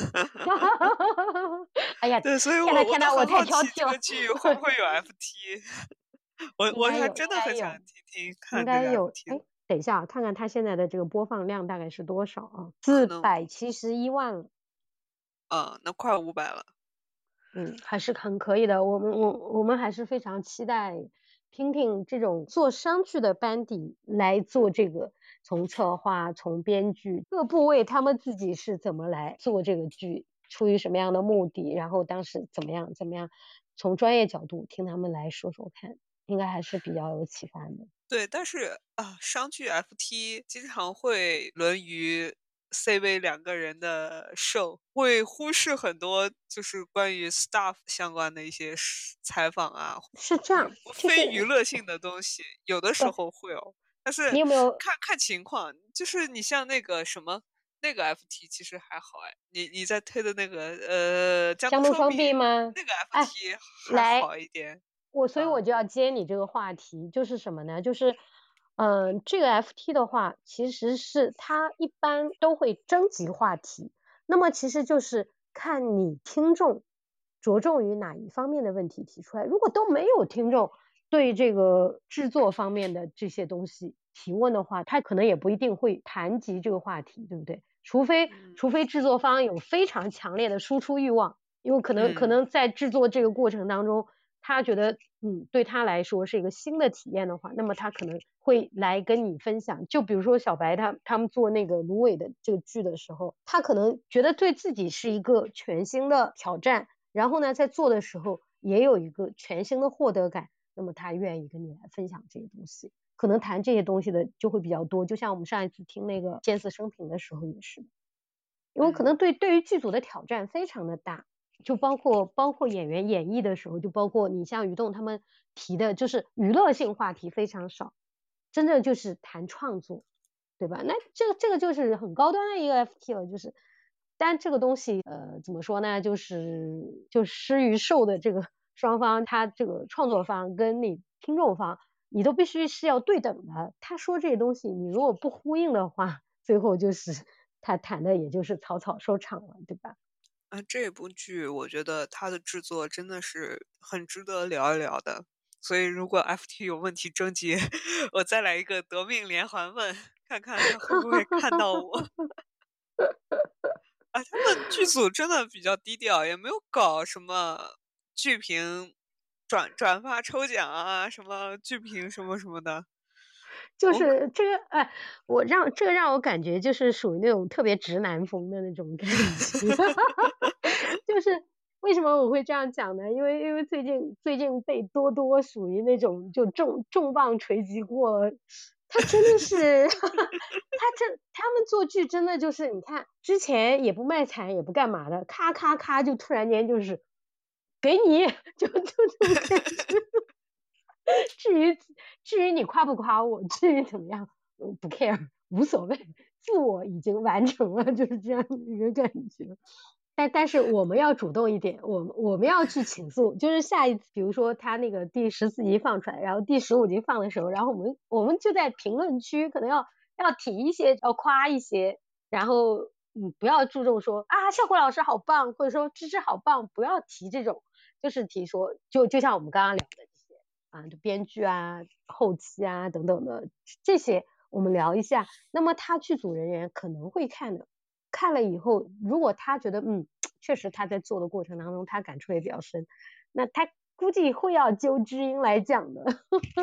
哎呀， 对，所以天呐我我都天呐，我太很好奇挑剔了。 这个剧会不会有 F T。我我还应该有，应真的很想该有， 听听应看这个该有。 F T 哎， 的， 等一下，看看它现在的这个播放量大概是多少啊？四可能百七十一万了。 啊，那快五百了。 嗯，还是很可以的。我们我我们还是非常期待听听这种做商剧的班底来做这个，从策划、从编剧各部位，他们自己是怎么来做这个剧，出于什么样的目的，然后当时怎么样怎么样，从专业角度听他们来说说看，应该还是比较有启发的。 对，但是啊，商剧 F T 经常会沦于 C 位两个人的 show，会忽视很多就是关于 staff 相关的一些事采访啊，娱是这样， 非就是娱乐性的东西，有的时不， 候会有，但是你有没有看看情况，就是你像那个什么那个 F T 其实还好哎，你你在推的那个呃江相东双璧互双璧吗？ 那个哎， F T 还来， 好一点我所以我啊， 就要接你这个话题，就是什么呢？就是，嗯、这个 F T 的话，其实是它一般都会征集话题，那么其实就是看你听众着重于哪一方面的问题提出来。如果都没有听众对这个制作方面的这些东西提问的话，他可能也不一定会谈及这个话题，对不对？除非嗯除非制作方有非常强烈的输出欲望。因为可能可嗯。 能在制作这个过程当中，他觉得嗯对他来说是一个新的体验的话，那么他可能会来跟你分享。就比如说小白他他们做那个芦苇的这个剧的时候，他可能觉得对自己是一个全新的挑战，然后呢在做的时候也有一个全新的获得感，那么他愿意跟你来分享这些东西。可能谈这些东西的就会比较多，就像我们上一次听那个见似生平的时候也是，因为可能嗯， 对对于剧组的挑战非常的大。就包括包括演员演绎的时候，就包括你像于栋他们提的，就是娱乐性话题非常少，真正就是谈创作，对吧？那这个这个就是很高端的一个 F T 了，就是，但这个东西呃怎么说呢？就是就施与受的这个双方，他这个创作方跟你听众方，你都必须是要对等的。他说这些东西，你如果不呼应的话，最后就是他谈的也就是草草收场了，对吧？ 啊，这部剧我觉得它的制作真的是很值得聊一聊的。所以如果 F T 有问题征集，我再来一个夺命连环问，看看他会不会看到我。啊，他们剧组真的比较低调，也没有搞什么剧评转转发抽奖啊，什么剧评什么什么的。 就我是这个，哎，我让这个让我感觉就是属于那种特别直男风的那种感觉，就是为什么我会这样讲呢？因为因为最近最近被多多属于那种就重重磅锤击过他真的是，他真他们做剧真的就是，你看之前也不卖惨也不干嘛的，咔咔咔就突然间就是给你，就就这种感觉。至于至于你夸不夸我，至于怎么样，我不 care，无所谓，自我已经完成了，就是这样的一个感觉。但但是我们要主动一点，我们我们要去倾诉，就是下一次，比如说他那个第十四集放出来，然后第十五集放的时候，然后我们我们就在评论区可能要要提一些，要夸一些，然后嗯不要注重说啊效果老师好棒，或者说芝芝好棒，不要提这种，就是提说就就像我们刚刚聊的这些啊，就编剧啊、后期啊等等的这些，我们聊一下。那么他剧组人员可能会看的。看了以后，如果他觉得嗯，确实他在做的过程当中，他感触也比较深，那他估计会要揪知音来讲的，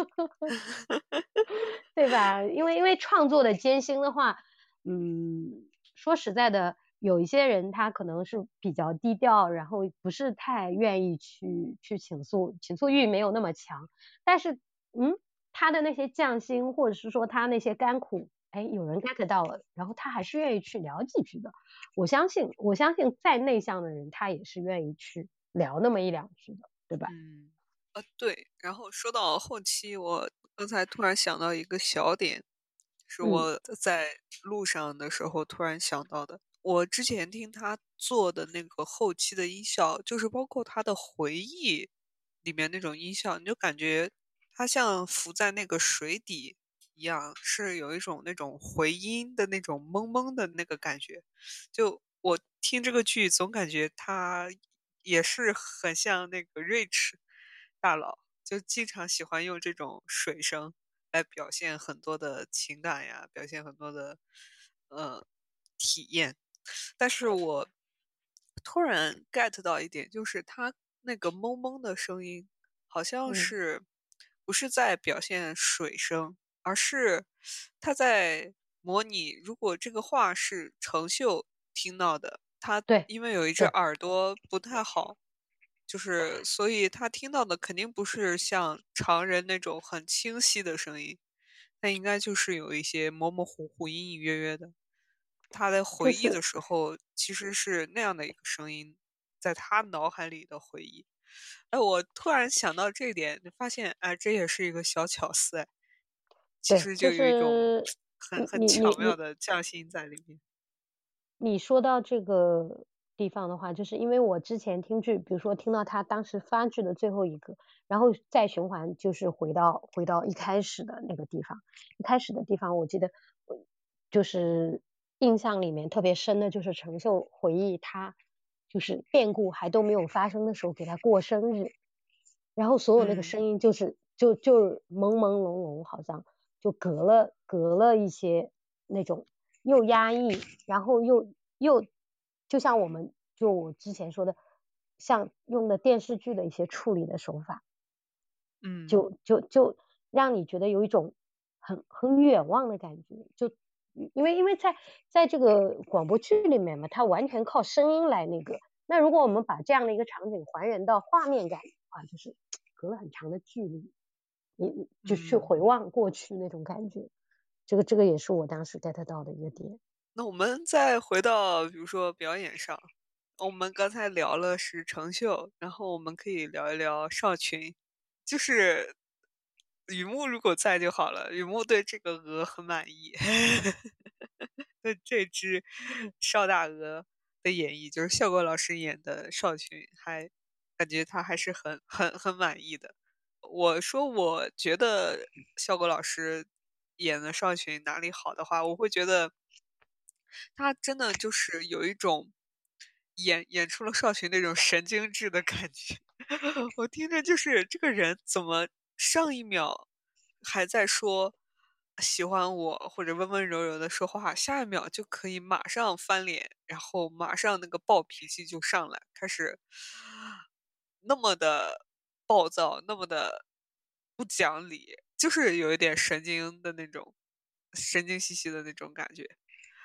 对吧？因为因为创作的艰辛的话，嗯，说实在的，有一些人他可能是比较低调，然后不是太愿意去去倾诉，倾诉欲没有那么强，但是嗯，他的那些匠心，或者是说他那些甘苦。哎，有人 get 到了，然后他还是愿意去聊几句的。我相信，我相信再内向的人，他也是愿意去聊那么一两句的，对吧？ 嗯，呃，对。然后说到后期，我刚才突然想到一个小点，是嗯我在路上的时候突然想到的。我之前听他做的那个后期的音效，就是包括他的回忆里面那种音效，你就感觉他像浮在那个水底一样，是有一种那种回音的那种蒙蒙的那个感觉。就我听这个剧，总感觉他也是很像那个 Rich 大佬，就经常喜欢用这种水声来表现很多的情感呀，表现很多的呃体验。但是我突然 get 到一点，就是他那个蒙蒙的声音，好像嗯， 是不是在表现水声，而是他在模拟，如果这个话是程秀听到的，他对因为有一只对， 耳朵不太好，就是所以他听到的肯定不是像常人那种很清晰的声音，那应该就是有一些模模糊糊、隐隐约约的。他在回忆的就是时候，其实是那样的一个声音，在他脑海里的回忆。哎，我突然想到这一点，就发现，哎，这也是一个小巧思，哎，其对，就实就有一种是很很你你你你巧妙的匠心在里面。 你说到这个地方的话，就是因为我之前听剧，比如说听到他当时发剧的最后一个，然后再循环，就是回到回到一开始的那个地方，一开始的地方，我记得我就是印象里面特别深的，就是陈秀回忆他就是变故还都没有发生的时候给他过生日，然后所有那个嗯声音就是就就是朦朦胧胧，好像就隔了隔了一些那种又压抑，然后又又就像我们就我之前说的，像用的电视剧的一些处理的手法， 嗯就就就让你觉得有一种很很远望的感觉，就因为因为在在这个广播剧里面嘛，它完全靠声音来那个。那如果我们把这样的一个场景还原到画面感的话，就是隔了很长的距离，你你就去嗯。 回望过去那种感觉。这个这个也是我当时 get 到的一个点。 那我们再回到比如说表演上，我们刚才聊了是程秀，然后我们可以聊一聊少群，就是雨木如果在就好了，雨木对这个鹅很满意，对这只少大鹅的演绎，就是效果老师演的少群，还感觉他还是很很很满意的。我说我觉得效果老师演的少群哪里好的话，我会觉得他真的就是有一种演演出了少群那种神经质的感觉。我听着就是这个人怎么上一秒还在说喜欢我或者温温柔柔的说话，下一秒就可以马上翻脸，然后马上那个暴脾气就上来，开始那么的暴躁，那么的不讲理，就是有一点神经的那种神经兮兮的那种感觉。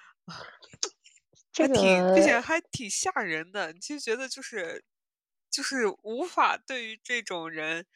这还挺并且个还挺吓人的，你就觉得就是就是无法对于这种人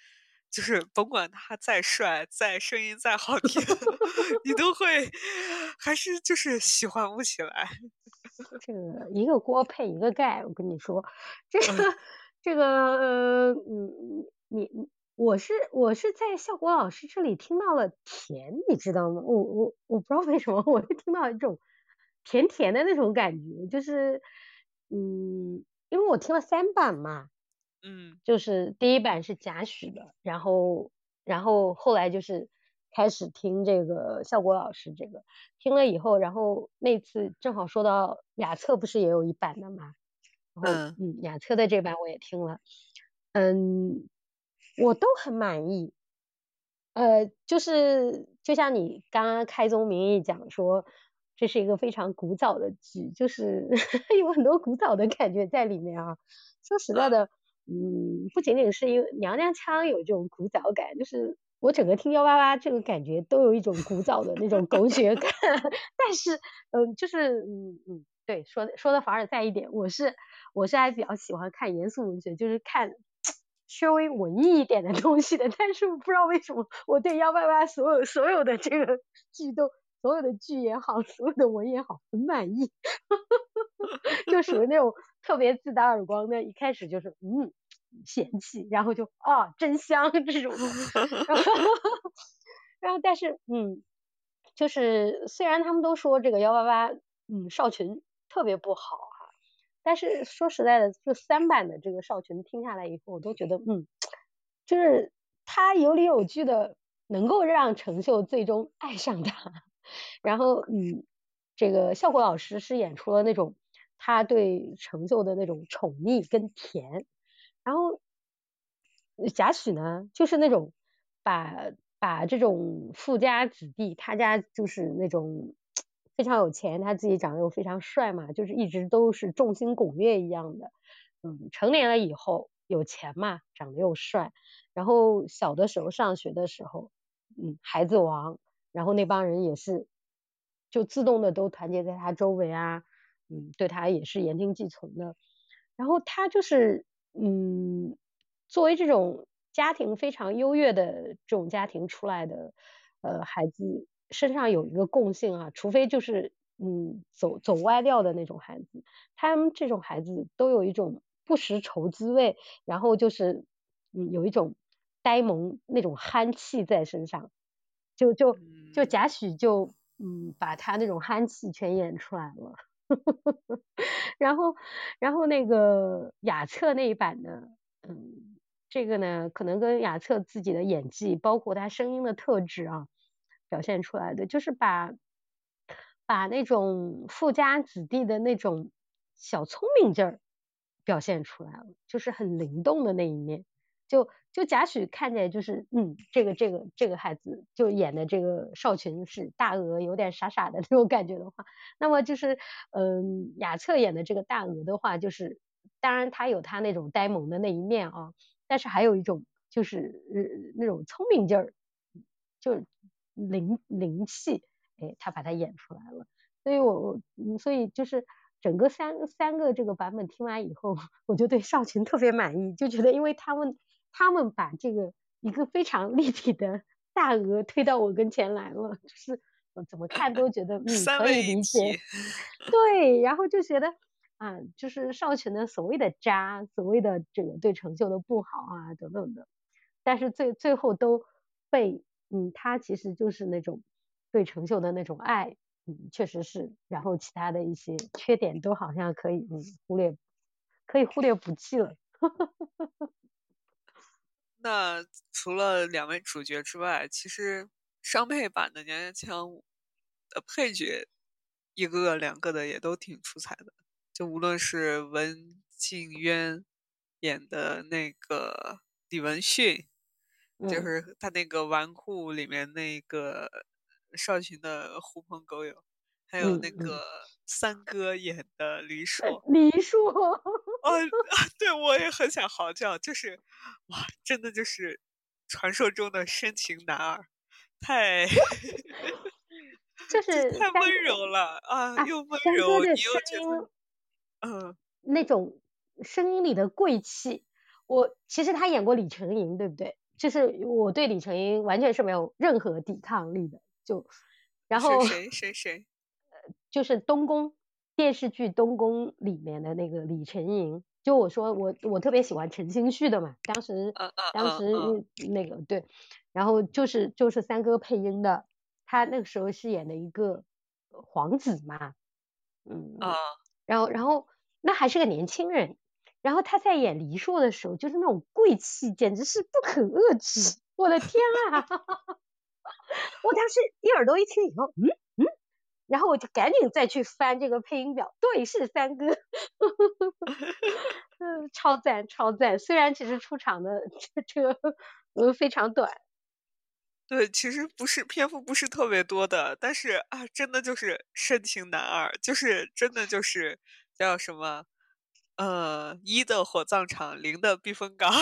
就是甭管他再帅，再声音再好听，你都会还是就是喜欢不起来。 这个一个锅配一个盖，我跟你说，这嗯个这个呃嗯，你你我是我是在效果老师这里听到了甜，你知道吗？我我我不知道为什么，我是听到一种甜甜的那种感觉，就是嗯，因为我听了三版嘛， 嗯就是第一版是贾诩的，然后然后后来就是开始听这个效果老师这个，听了以后，然后那次正好说到雅策不是也有一版的嘛，然后嗯嗯，雅策的这版我也听了，嗯，我都很满意，呃，就是就像你刚刚开宗明义讲说，这是一个非常古早的剧，就是有很多古早的感觉在里面啊。说实在嗯的，嗯，不仅仅是因为娘娘腔有这种古早感，就是我整个听幺八八这个感觉都有一种古早的那种狗血感。但是，嗯，就是嗯嗯，对，说的说的凡尔赛一点，我是我是还比较喜欢看严肃文学，就是看稍微文艺一点的东西的。但是我不知道为什么我对幺八八所有所有的这个剧都所有的剧也好，所有的文也好，很满意。就属于那种特别自打耳光的，一开始就是嗯嫌弃，然后就啊真香这种的，然后然后但是嗯，就是虽然他们都说这个幺八八嗯少群特别不好哈、但是说实在的，就三版的这个少群听下来以后，我都觉得嗯，就是他有理有据的能够让陈秀最终爱上他。然后嗯，这个效果老师是演出了那种他对成就的那种宠溺跟甜，然后贾诩呢就是那种把把这种富家子弟，他家就是那种非常有钱，他自己长得又非常帅嘛，就是一直都是众星拱月一样的。嗯，成年了以后有钱嘛，长得又帅，然后小的时候上学的时候，嗯，孩子王。然后那帮人也是就自动的都团结在他周围啊，嗯，对他也是言听计从的。然后他就是嗯，作为这种家庭非常优越的这种家庭出来的呃孩子，身上有一个共性啊，除非就是嗯走走歪掉的那种孩子，他们这种孩子都有一种不识愁滋味，然后就是嗯有一种呆萌那种憨气在身上。就就就嗯贾诩就嗯把他那种憨气全演出来了。然后然后那个雅策那一版呢，嗯，这个呢可能跟雅策自己的演技，包括他声音的特质啊，表现出来的，就是把把那种富家子弟的那种小聪明劲儿表现出来了，就是很灵动的那一面。就就贾诩看起来就是，嗯，这个这个这个孩子就演的这个少群是大鹅，有点傻傻的那种感觉的话，那么就是，嗯，雅策演的这个大鹅的话，就是当然他有他那种呆萌的那一面啊，但是还有一种就是呃那种聪明劲儿，就是灵灵气，哎，他把它演出来了。所以我我嗯，所以就是整个三三个这个版本听完以后，我就对少群特别满意，就觉得因为他们他们把这个一个非常立体的大鹅推到我跟前来了，就是我怎么看都觉得嗯三位可以理解， 一体。 对，然后就觉得啊，就是少群的所谓的渣，所谓的这个对成就的不好啊等等的，但是最最后都被嗯他其实就是那种对成就的那种爱。嗯，确实是，然后其他的一些缺点都好像可以嗯忽略，可以忽略不计了。 那除了两位主角之外，其实商配版的娘娘腔的配角，一个两个的也都挺出彩的。就无论是文静渊演的那个李文训，就嗯是他那个纨绔里面那个少群的狐朋狗友，还有那嗯嗯， 个三哥演的黎呃， 硕。 梨树， 哦，对，我也很想嚎叫，就是哇，真的就是传说中的深情男二，太就是就太三哥温柔了啊， 啊， 又温柔， 三哥的你又声音觉得嗯那种声音里的贵气，我其实他演过李成营，对不对？ 就是我对李成英完全是没有任何抵抗力的，就然后是谁谁谁？ 就是东宫电视剧东宫里面的那个李成英，就我说我我特别喜欢陈星旭的嘛，当时嗯嗯当时嗯嗯那个对，然后就是就是三哥配音的，他那个时候是演的一个皇子嘛，嗯， 嗯然后然后那还是个年轻人，然后他在演黎硕的时候，就是那种贵气，简直是不可遏制，我的天啊！我当时一耳朵一听以后，嗯嗯，然后我就赶紧再去翻这个配音表，对，是三哥，嗯，超赞超赞。虽然其实出场的这这个呃非常短， 对，其实不是篇幅不是特别多的，但是啊，真的就是深情男二，就是真的就是叫什么，呃，一的火葬场，零的避风港。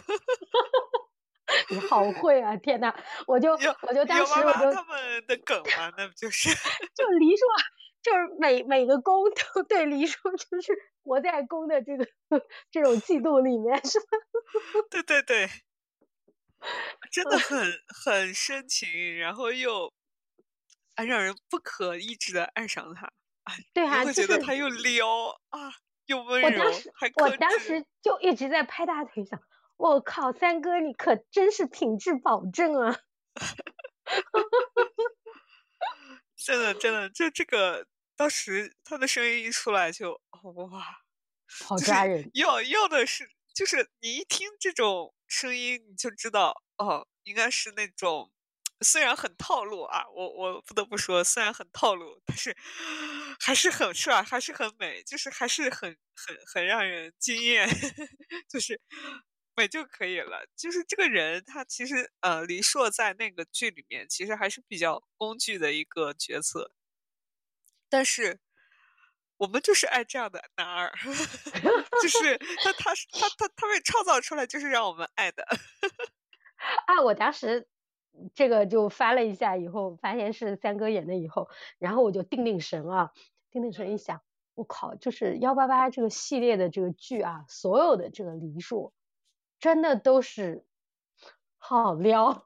你好会啊！天呐，我就有我就当有妈时我就妈他们的梗嘛，那不就是就黎硕，就是每每个宫都对黎硕就是活在宫的这个这种嫉妒里面，是吧？ 对对对，真的很很深情，然后又啊让人不可抑制的爱上他，哎， 对哈、 你会就是觉得他又撩啊，又温柔， 我当时还我克制。 当时就一直在拍大腿想，我靠，三哥你可真是品质保证啊！ 真的真的，就这个当时他的声音一出来就哦哇， 好就是抓人。 要要的是，就是你一听这种声音，你就知道哦，应该是那种虽然很套路啊，我我不得不说，虽然很套路，但是还是很帅，还是很美，就是还是很很很让人惊艳，就是美就可以了。就是这个人，他其实呃，黎硕在那个剧里面其实还是比较工具的一个角色，但是我们就是爱这样的男二，就是他他是他他他被创造出来就是让我们爱的。 啊，我当时这个就翻了一下以后，发现是三哥演的以后，然后我就定定神啊，定定神一想，我靠，就是幺八八这个系列的这个剧啊，所有的这个黎硕真的都是好撩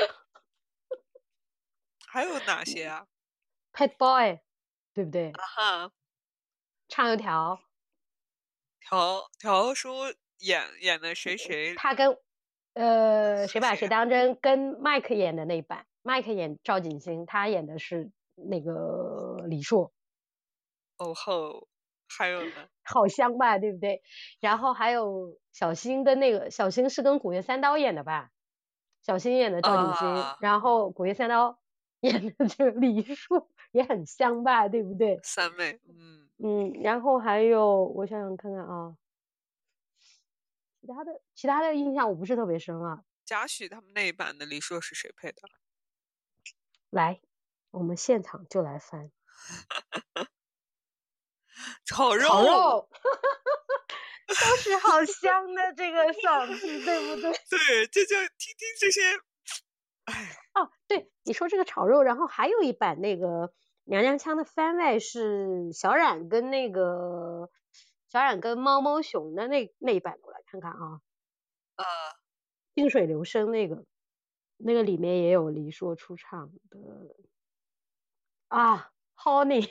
还有哪些啊？ ，Pet Boy，对不对？ 哈， 唱油条， 条条叔演演的谁谁他跟呃谁把谁是谁啊？ 当真跟麦克演的那一版，麦克演赵景星，他演的是那个李硕。 哦后还有呢？ 好香吧，对不对？然后还有小新跟那个小新是跟古月三刀演的吧？小新演的赵景星， 啊， 然后古月三刀演的这个李硕也很香吧，对不对？ 三妹，嗯， 嗯，然后还有我想想看看啊，其他的其他的印象我不是特别深啊。 贾诩他们那一版的李硕是谁配的？ 来，我们现场就来翻炒肉， 炒肉，都是好香的这个嗓子，对不对？ 对，这就听听这些，哎， 哦，对，你说这个炒肉，然后还有一版那个娘娘腔的番外是小冉跟那个小冉跟猫猫熊的那那一版，我来看看啊， 呃， 静水流声那个，那个里面也有黎硕出场的啊，Honey，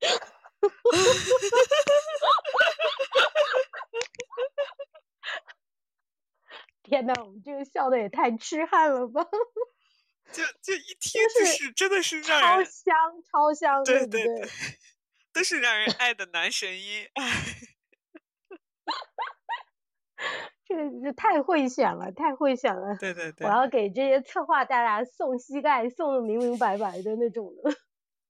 天呐，我们这个笑的也太痴汉了吧， 就就一听就就是真的是让人， 超香超香，对不对对对， 对？ 都是让人爱的男神音，哎， 这个是太会选了，太会选了！ 对对对， 我要给这些策划大大送膝盖，送的明明白白的那种的。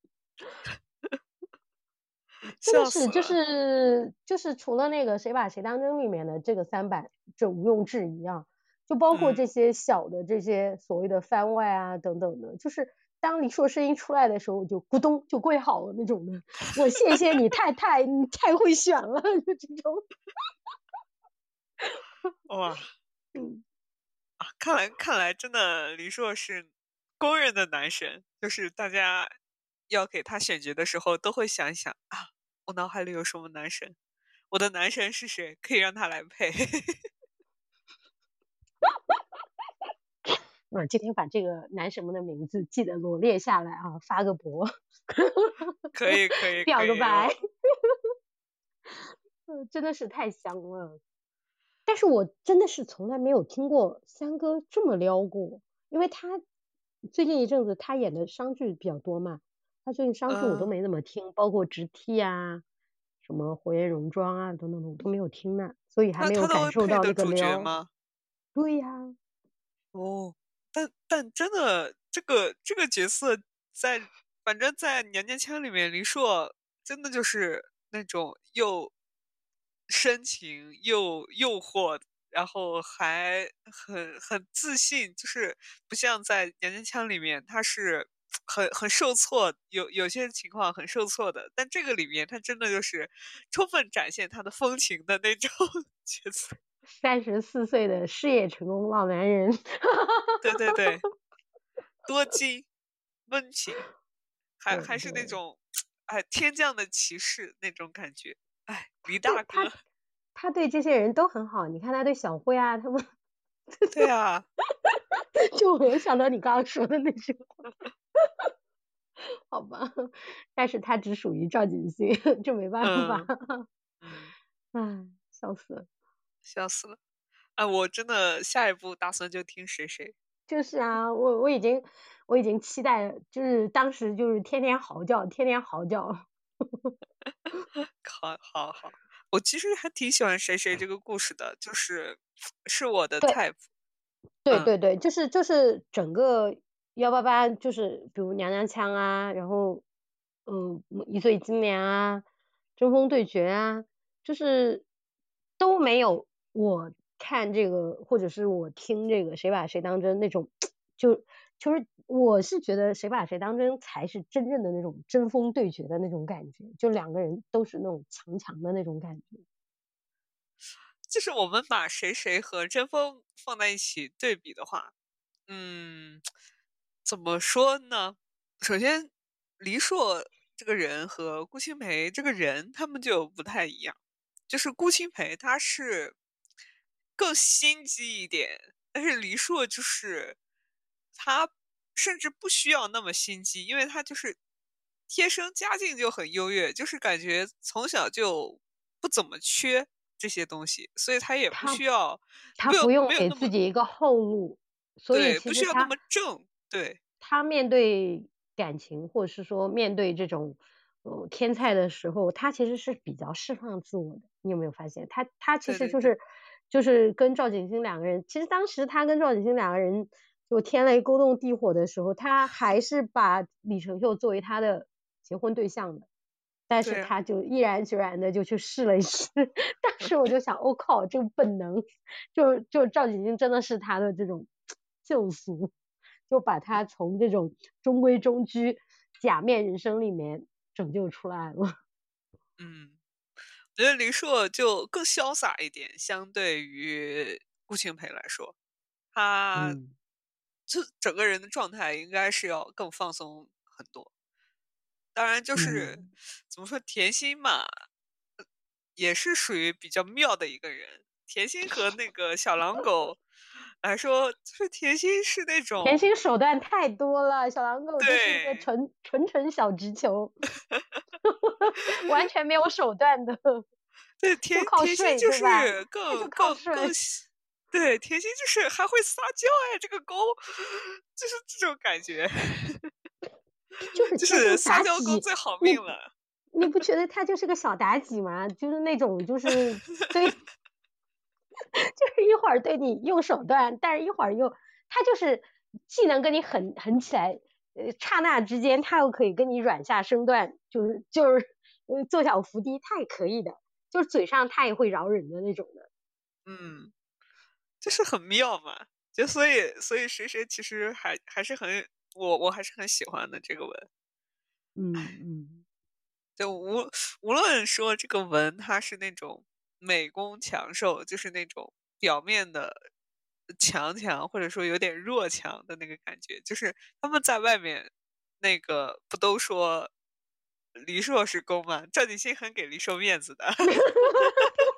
真的是，就笑死了， 是就是除了那个谁把谁当真里面的这个三版，这毋庸置疑啊，就包括嗯， 这些小的这些所谓的番外啊等等的，就是当黎硕声音出来的时候，我就咕咚就跪好了那种的。我谢谢你太太，你太会选了，就这种。 哇。 嗯。 看来看来，真的黎硕是公认的男神，就是大家要给他选角的时候，都会想一想啊，我脑海里有什么男神，我的男神是谁，可以让他来配。 啊，今天把这个男神们的名字记得罗列下来啊，发个博， 可以可以可以， 表个白， 我嗯，真的是太香了。但是我真的是从来没有听过三哥这么撩过，因为他最近一阵子他演的商剧比较多嘛，他最近商剧我都嗯， 没怎么听，包括直替啊、什么火焰戎装啊等等的我都没有听呢，所以还他他没有感都配受到那个的主角撩。 吗？ 对呀， 哦，但但真的这个这个角色在反正在娘娘腔里面，黎硕真的就是那种又深情又诱惑，然后还很很自信，就是不像在娘娘腔里面他是很很受挫，有有些情况很受挫的，但这个里面他真的就是充分展现他的风情的那种角色。 三十四岁的事业成功老男人， 对对对，多金温情。还还是那对对， 种，哎，天降的骑士那种感觉。哎，黎大哥， 对他他对这些人都很好，你看他对小辉啊，他们对啊， 就没想到你刚刚说的那句话，好吧？但是他只属于赵锦熙，这没办法。 嗯嗯， 唉，笑死了。 笑死了。啊，我真的下一步打算就听谁谁。 就是啊，我我已经我已经期待了，就是当时就是天天嚎叫，天天嚎叫。 好，好，好。我其实还挺喜欢谁谁这个故事的，就是是我的对 type。嗯对对对，就是就是整个幺八八，就是比如娘娘腔啊，然后嗯一岁金莲啊，针锋对决啊，就是都没有我看这个或者是我听这个谁把谁当真那种，就就是我是觉得谁把谁当真才是真正的那种针锋对决的那种感觉，就两个人都是那种强强的那种感觉。 就是我们把谁谁和针锋放在一起对比的话，嗯，怎么说呢？首先，黎硕这个人和顾青培这个人，他们就不太一样。就是顾青培他是更心机一点，但是黎硕就是他甚至不需要那么心机，因为他就是天生家境就很优越，就是感觉从小就不怎么缺这些东西，所以他也不他需要他不有不用给没有那么自己一个后路，所以对， 其实他不需要那么正，对他面对感情，或者是说面对这种呃天菜的时候，他其实是比较释放自我的。你有没有发现？他他其对对对实就是就是跟赵景星两个人，其实当时他跟赵景星两个人就天雷勾动地火的时候，他还是把李承秀作为他的结婚对象的。但是对啊， 他就毅然决然的就去试了一试，当时我就想，我、哦、靠，这个本能，就就赵景星真的是他的这种救赎，就把他从这种中规中矩假面人生里面拯救出来了。 嗯。我觉得黎硕就更潇洒一点，相对于顾庆培来说，他嗯就整个人的状态应该是要更放松很多。当然，就是嗯， 怎么说，甜心嘛，呃也是属于比较妙的一个人。甜心和那个小狼狗来说，就是甜心是那种甜心手段太多了，小狼狗就是一个对纯纯纯小直球，完全没有手段的， 对， 就甜甜心靠睡，对吧？ 就是他就更更更靠睡。 喜对，甜心就是还会撒娇哎，这个狗就是这种感觉， 就是就是甜心撒娇狗妲己， 最好你命了。 你不觉得他就是个小妲己吗？就是那种就是对，就是一会儿对你用手段，但是一会儿又他就是既能跟你狠狠起来，呃，刹那之间他又可以跟你软下身段，就是就是呃做小伏低，他也可以的，就是嘴上他也会饶人的那种的。 嗯，就是很妙嘛。就所以所以谁谁其实还还是很我我还是很喜欢的这个文。 嗯嗯就无无论说这个文它是那种美工强受，就是那种表面的强强，或者说有点弱强的那个感觉，就是他们在外面那个不都说黎硕是攻吗？赵锦星很给黎硕面子的。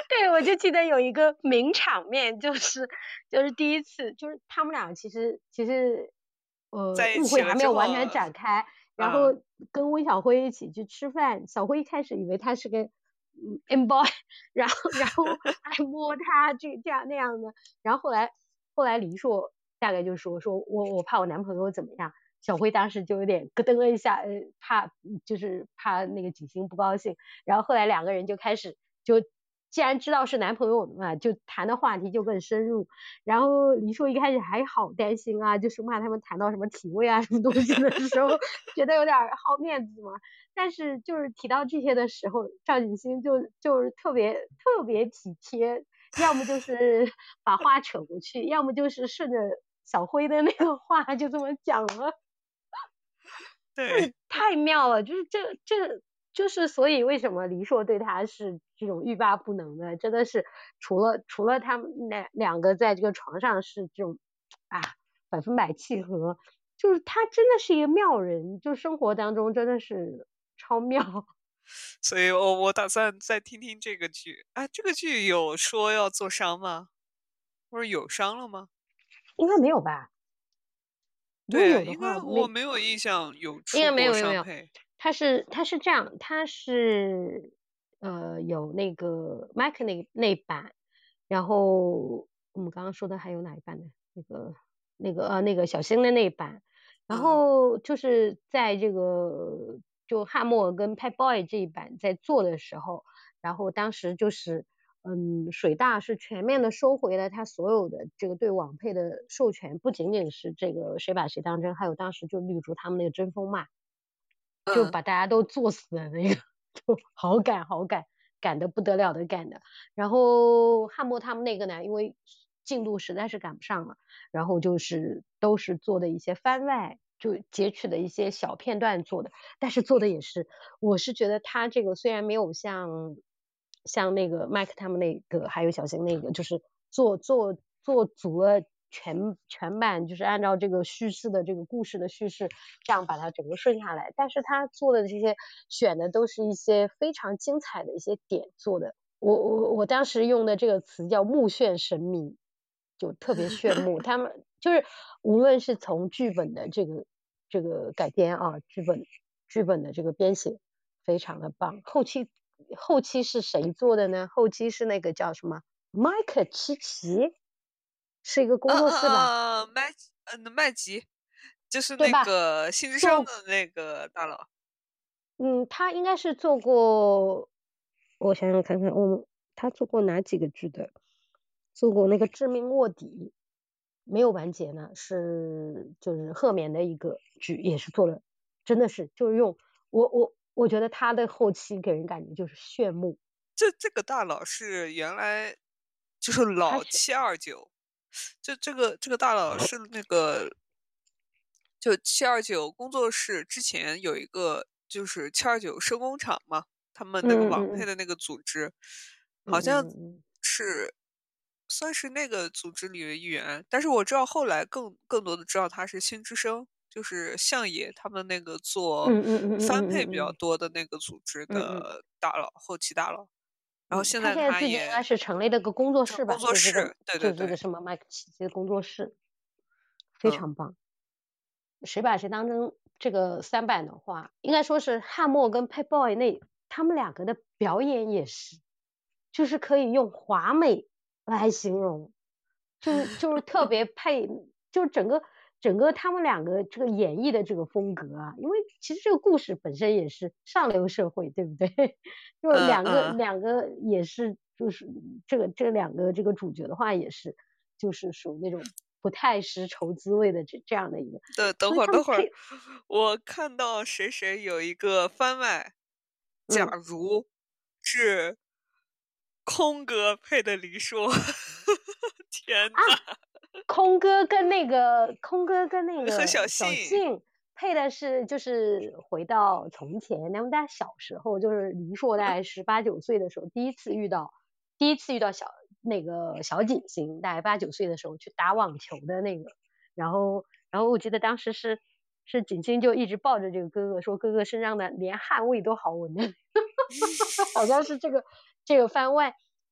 对，我就记得有一个名场面，就是就是第一次，就是他们俩其实其实呃在一误会还没起了之后， 有完全展开，然后啊， 跟温小辉一起去吃饭，小辉一开始以为他是个嗯 M boy，然后然后还摸他这这样那样的，然后后来后来黎硕大概就说说我我怕我男朋友怎么样。小辉当时就有点咯噔了一下，呃，怕就是怕那个景星不高兴，然后后来两个人就开始就既然知道是男朋友嘛，就谈的话题就更深入。然后黎硕一开始还好担心啊，就是骂他们谈到什么体位啊什么东西的时候，觉得有点好面子嘛。但是就是提到这些的时候，赵景星就就是特别特别体贴，要么就是把话扯过去，要么就是顺着小辉的那个话就这么讲了。 对， 太妙了，就是这这就是所以为什么黎硕对他是这种欲罢不能的，真的是除了除了他们两两个在这个床上是这种啊百分百契合，就是他真的是一个妙人，就生活当中真的是超妙。 所以我我打算再听听这个剧。啊，这个剧有说要做商吗？或者有商了吗？ 应该没有吧？如果对啊， 有的应该话没我没有印象有应该没出过有没有没有， 商配。 他是他是这样，他是呃有那个 Mac 那那版，然后我们刚刚说的还有哪一版呢？那个那个呃那个小新的那一版，然嗯后就是在这个就汉默跟 Pet Boy 这一版在做的时候，然后当时就是嗯水大是全面的收回了他所有的这个对网配的授权，不仅仅是这个谁把谁当真，还有当时就绿竹他们那个争锋嘛。就嗯把大家都作死的那个，就好赶好赶，赶得不得了的赶的。然后汉默他们那个呢，因为进度实在是赶不上了，然后就是都是做的一些番外，就截取的一些小片段做的，但是做的也是，我是觉得他这个虽然没有像像那个麦克他们那个还有小新那个，就是做做做足了。全全版就是按照这个叙事的这个故事的叙事，这样把它整个顺下来。但是他做的这些选的都是一些非常精彩的一些点做的。我我我当时用的这个词叫目眩神迷，就特别炫目。他们就是无论是从剧本的这个这个改编啊，剧本剧本的这个编写非常的棒。后期后期是谁做的呢？后期是那个叫什么麦克奇奇。是一个工嗯作室吧， 嗯嗯，麦嗯麦吉，就是那对吧？ 个新之声做， 的那个大佬。 嗯，他应该是做过，我想想看看，我他做过哪几个剧的？做过那个《致命卧底》，没有完结呢，是就是赫冕的一个剧，也是做的，真的是就是用我我我觉得他的后期给人感觉就是炫目， 这这个大佬是原来就是他是老七二九，这这个这个大佬是那个就七二九工作室之前有一个就是七二九声工厂嘛，他们那个嗯嗯嗯网配的那个组织， 嗯好像嗯嗯是算是那个组织里的一员。但是我知道后来更更多的知道他是新之声，就是相爷他们那个做嗯嗯嗯嗯翻配比较嗯嗯多的那个组织嗯嗯的大佬，后期大佬。然后嗯， 现在他现在自己应该他也是成立了个工作成工室吧，就这个作室，对就对对， 这个什么麦克奇奇的工作室，非嗯， 常棒。谁把谁当真这个三版的话，应该说是汉默跟 Pet Boy 那他们两个的表演也是，就是可以用华美来形容，就是就是特别配，就是整个整个他们两个这个演绎的这个风格啊，因为其实这个故事本身也是上流社会，对不对？就是两个嗯嗯， 两个也是，就是这个这两个这个主角的话也是，就是属于那种不太识愁滋味的这这样的一个， 等等所以会儿等会儿， 他们配， 我看到谁谁有一个番外，假嗯如是空哥配的黎硕，天啊， 呐， 空哥跟那个空哥跟那和小个小信， 信配的是就是回到从前，他们大家小时候就是黎硕大概十八九岁的时候，第一次遇到第一次遇到小那个小景星，大概八九岁的时候去打网球的那个，然后然后我记得当时是是景星就一直抱着这个哥哥说哥哥身上的连汗味都好闻的，好像是这个这个番外。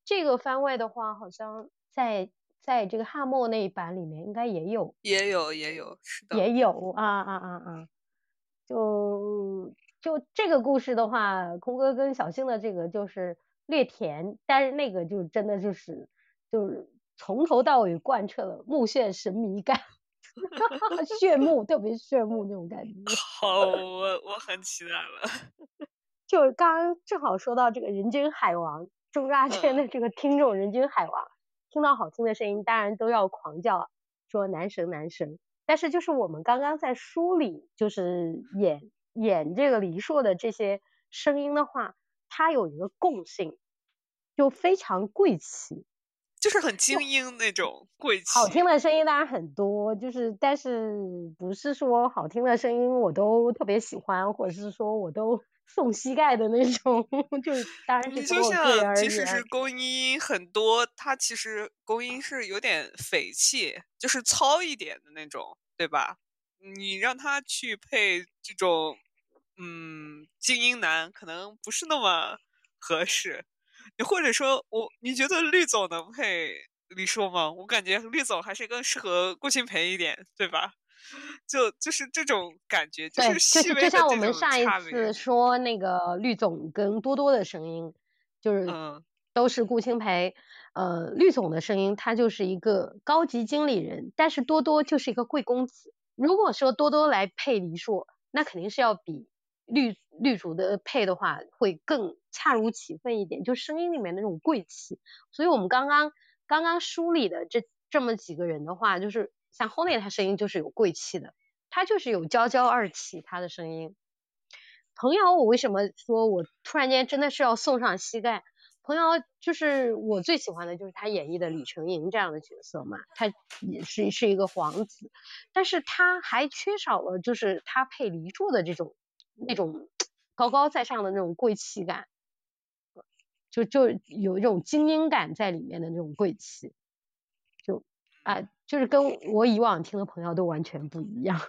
这个番外的话，好像在在这个汉末那一版里面应该也有， 也有也有，是的， 也有啊啊啊啊！就就这个故事的话，空哥跟小新的这个就是略甜，但是那个就真的就是就是从头到尾贯彻了目眩神迷感，炫目，特别炫目那种感觉。 好，我我很期待了。 就是刚刚正好说到这个人间海王，中大圈的这个听众人间海王，嗯、听到好听的声音，当然都要狂叫说男神男神。但是就是我们刚刚在书里就是演演这个黎硕的这些声音的话，它有一个共性，就非常贵气， 就是很精英那种贵气。 好听的声音当然很多，就是但是不是说好听的声音我都特别喜欢，或者是说我都送膝盖的那种，就是当然是从我个人而言。 即使是公音很多，它其实公音是有点匪气，就是糙一点的那种，对吧？你让他去配这种嗯精英男，可能不是那么合适。你或者说我，你觉得绿总能配李硕吗？我感觉绿总还是更适合顾庆培一点，对吧？就就是这种感觉，就是细微的这种差别。 就像我们上一次说那个绿总跟多多的声音，就是都是顾庆培。嗯、呃，绿总的声音他就是一个高级经理人，但是多多就是一个贵公子。如果说多多来配黎硕，那肯定是要比绿绿主的配的话会更恰如其分一点，就声音里面那种贵气。所以我们刚刚刚刚梳理的这这么几个人的话，就是像后内他声音就是有贵气的，他就是有娇娇二气，他的声音。童谣我为什么说我突然间真的是要送上膝盖？童谣就是我最喜欢的就是他演绎的李成营这样的角色嘛，他也是是一个皇子，但是他还缺少了就是他配黎硕的这种那种高高在上的那种贵气感，就就有一种精英感在里面的那种贵气，就啊，就是跟我以往听的朋友都完全不一样。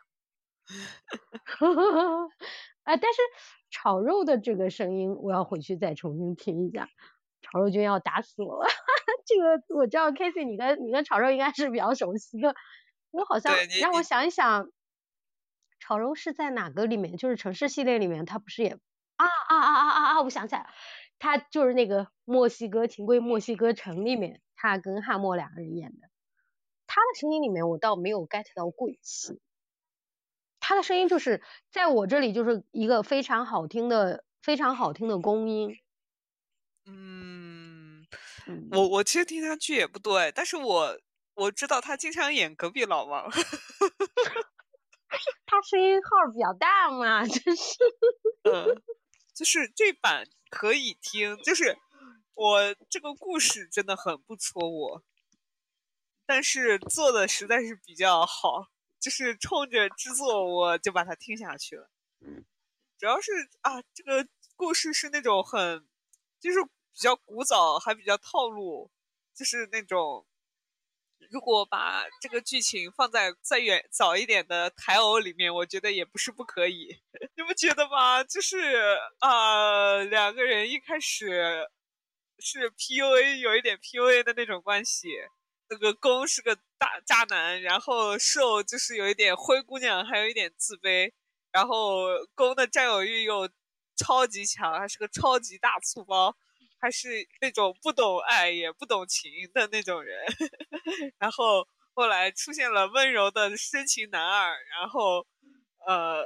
啊，但是炒肉的这个声音我要回去再重新听一下，炒肉君要打死我了。这个我知道 Casey 你跟你跟炒肉应该是比较熟悉的，我好像让我想一想，炒肉是在哪个里面？就是城市系列里面他不是也啊啊啊啊啊啊！我想起来了，他就是那个墨西哥情归墨西哥城里面，他跟汉默两个人演的，他的声音里面我倒没有 get 到贵气。他的声音就是在我这里就是一个非常好听的非常好听的公音。 嗯，我我其实听他剧也不多，但是我我知道他经常演隔壁老王。 他声音号比较大嘛，就是嗯，就是这版可以听，就是我这个故事真的很不戳我，但是做的实在是比较好，就是冲着制作我就把它听下去了。主要是啊，这个故事是那种很就是比较古早还比较套路，就是那种如果把这个剧情放在再远早一点的台偶里面，我觉得也不是不可以。你不觉得吗？就是啊、呃，两个人一开始是 P U A， 有一点 P U A 的那种关系。那个攻是个大渣男，然后受就是有一点灰姑娘，还有一点自卑。然后攻的占有欲又超级强，还是个超级大粗包，还是那种不懂爱也不懂情的那种人。然后后来出现了温柔的深情男二，然后呃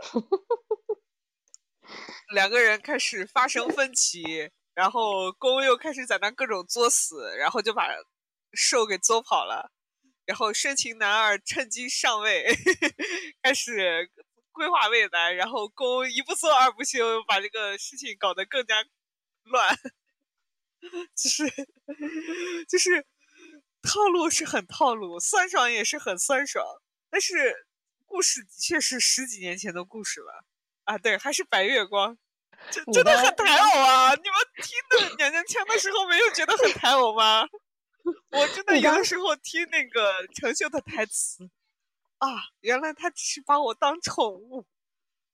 两个人开始发生分歧，然后攻又开始在那各种作死，然后就把受给作跑了。然后深情男二趁机上位，开始规划未来，然后攻一不做二不休，把这个事情搞得更加乱。就是就是套路是很套路，酸爽也是很酸爽，但是故事的确是十几年前的故事了啊！对，还是白月光，这真的很台偶啊！你们听的娘娘腔的时候没有觉得很台偶吗？我真的有的时候听那个程秀的台词啊，原来他只是把我当宠物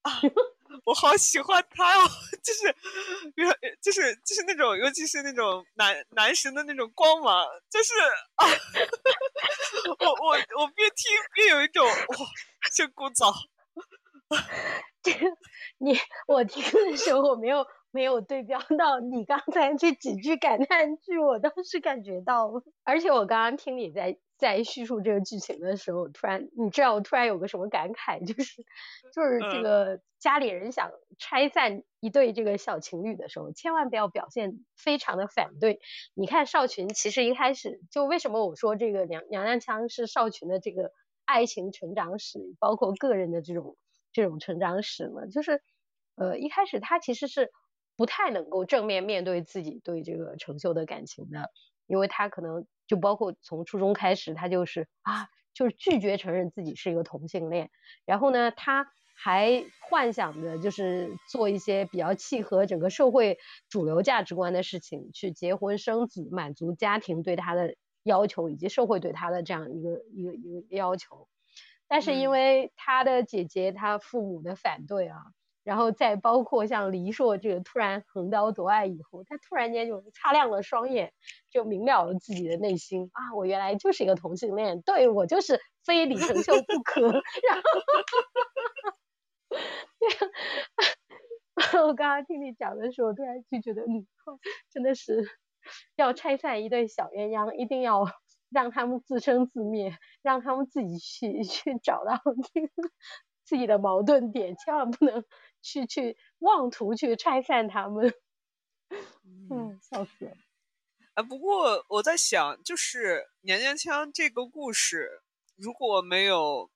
我好喜欢他哦，就是就是就是那种，尤其是那种男男神的那种光芒，就是啊，我我我边听边有一种哇，真枯燥。 这个你我听的时候我没有没有对标到你刚才这几句感叹句，我倒是感觉到了。而且我刚刚听你在在叙述这个剧情的时候，我突然你知道我突然有个什么感慨，就是就是这个家里人想拆散一对这个小情侣的时候，千万不要表现非常的反对。你看少群其实一开始就为什么我说这个娘娘娘腔是少群的这个爱情成长史，包括个人的这种这种成长史呢，就是呃一开始他其实是不太能够正面面对自己对这个程秀的感情的，因为他可能就包括从初中开始，他就是啊就是拒绝承认自己是一个同性恋，然后呢他还幻想着就是做一些比较契合整个社会主流价值观的事情，去结婚生子，满足家庭对他的要求以及社会对他的这样一个一个一个要求。但是因为他的姐姐他父母的反对啊，然后再包括像黎硕这个突然横刀夺爱以后，他突然间就擦亮了双眼，就明了了自己的内心啊，我原来就是一个同性恋，对，我就是非李承秀不可。然后我刚刚听你讲的时候，突然就觉得嗯，真的是要拆散一对小鸳鸯，一定要让他们自生自灭，让他们自己去去找到这个自己的矛盾点，千万不能去去妄图去拆散他们。嗯，笑死了。 啊，不过我在想，就是娘娘腔这个故事，如果没有，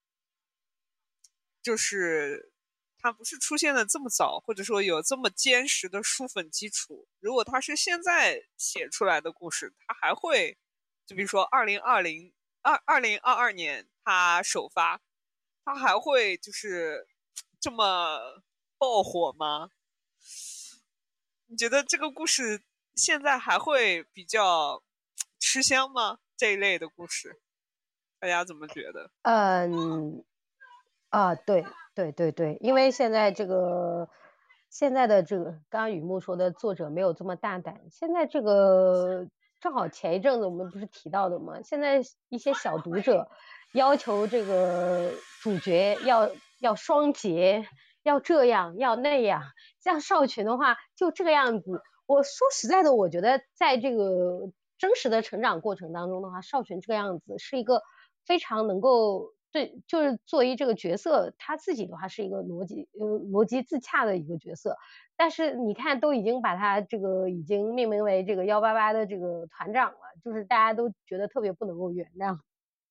就是它不是出现的这么早，或者说有这么坚实的书粉基础，如果它是现在写出来的故事，它还会，就比如说二零二零二二零二二年它首发，它还会就是这么爆火吗？你觉得这个故事现在还会比较吃香吗？这一类的故事，大家怎么觉得？ 嗯，啊，对对对对，因为现在这个现在的这个，刚刚雨木说的作者没有这么大胆。现在这个正好前一阵子我们不是提到的吗？现在一些小读者要求这个主角要要双节，要这样要那样，像少群的话就这个样子。我说实在的，我觉得在这个真实的成长过程当中的话，少群这个样子是一个非常能够对，就是作为这个角色他自己的话是一个逻辑呃逻辑自洽的一个角色，但是你看都已经把他这个已经命名为这个幺八八的这个团长了，就是大家都觉得特别不能够原谅。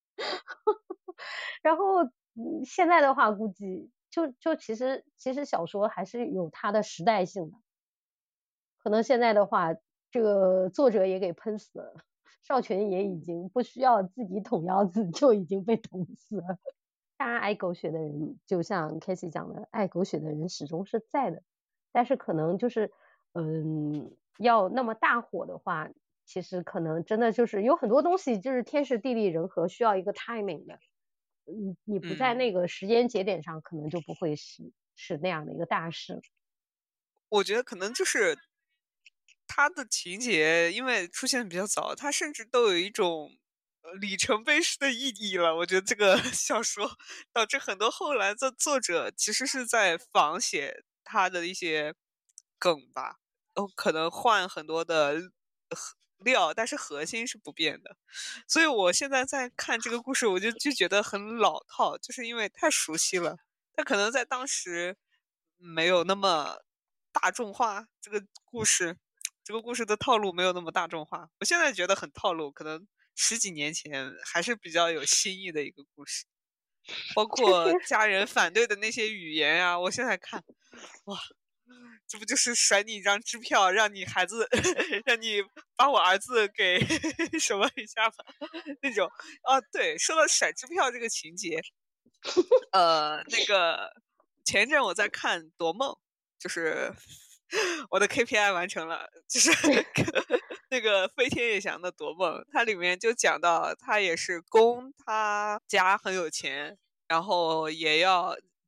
然后嗯现在的话估计就就其实其实小说还是有它的时代性的，可能现在的话这个作者也给喷死了，少群也已经不需要自己捅腰子就已经被捅死了。当然爱狗血的人就像 Casey 讲的，爱狗血的人始终是在的，但是可能就是嗯要那么大火的话，其实可能真的就是有很多东西就是天时地利人和，需要一个 timing 的，你你不在那个时间节点上，可能就不会是是那样的一个大事。 我觉得可能就是它的情节，因为出现的比较早，它甚至都有一种呃里程碑式的意义了。我觉得这个小说导致很多后来的作者其实是在仿写他的一些梗吧，哦，可能换很多的料，但是核心是不变的。所以我现在在看这个故事，我就就觉得很老套，就是因为太熟悉了。它可能在当时没有那么大众化，这个故事，这个故事的套路没有那么大众化。我现在觉得很套路，可能十几年前还是比较有新意的一个故事，包括家人反对的那些语言啊，我现在看，哇，这不就是甩你一张支票，让你孩子，让你把我儿子给什么一下吧？那种啊，对，说到甩支票这个情节，呃，那个前一阵我在看《夺梦》，就是我的 K P I 完成了，就是那个飞天野翔的《夺梦》，它里面就讲到他也是公，他家很有钱，然后也要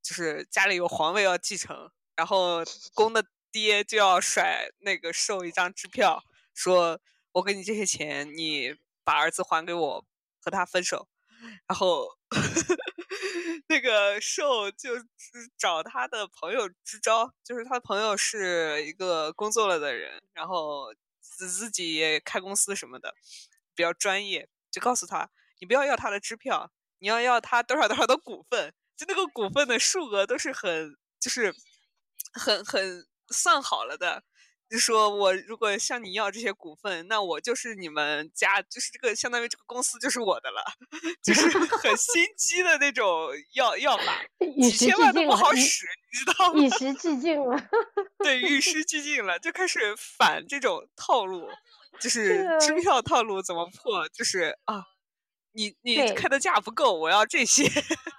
就是家里有皇位要继承，然后公的爹就要甩那个受一张支票，说我给你这些钱，你把儿子还给我，和他分手。然后那个受就找他的朋友支招，就是他的朋友是一个工作了的人，然后自自己也开公司什么的，比较专业，就告诉他，你不要要他的支票，你要要他多少多少的股份，就那个股份的数额都是很就是很很算好了的。就说我如果向你要这些股份，那我就是你们家，就是这个相当于这个公司就是我的了，就是很心机的那种要要法， 与时几千万都俱进了，与不好使，你知道吗？ 与时俱进了。 对，与时俱进了，就开始反这种套路，就这是支个票套路怎么破？就是啊，你你对， 开的价不够，我要这些。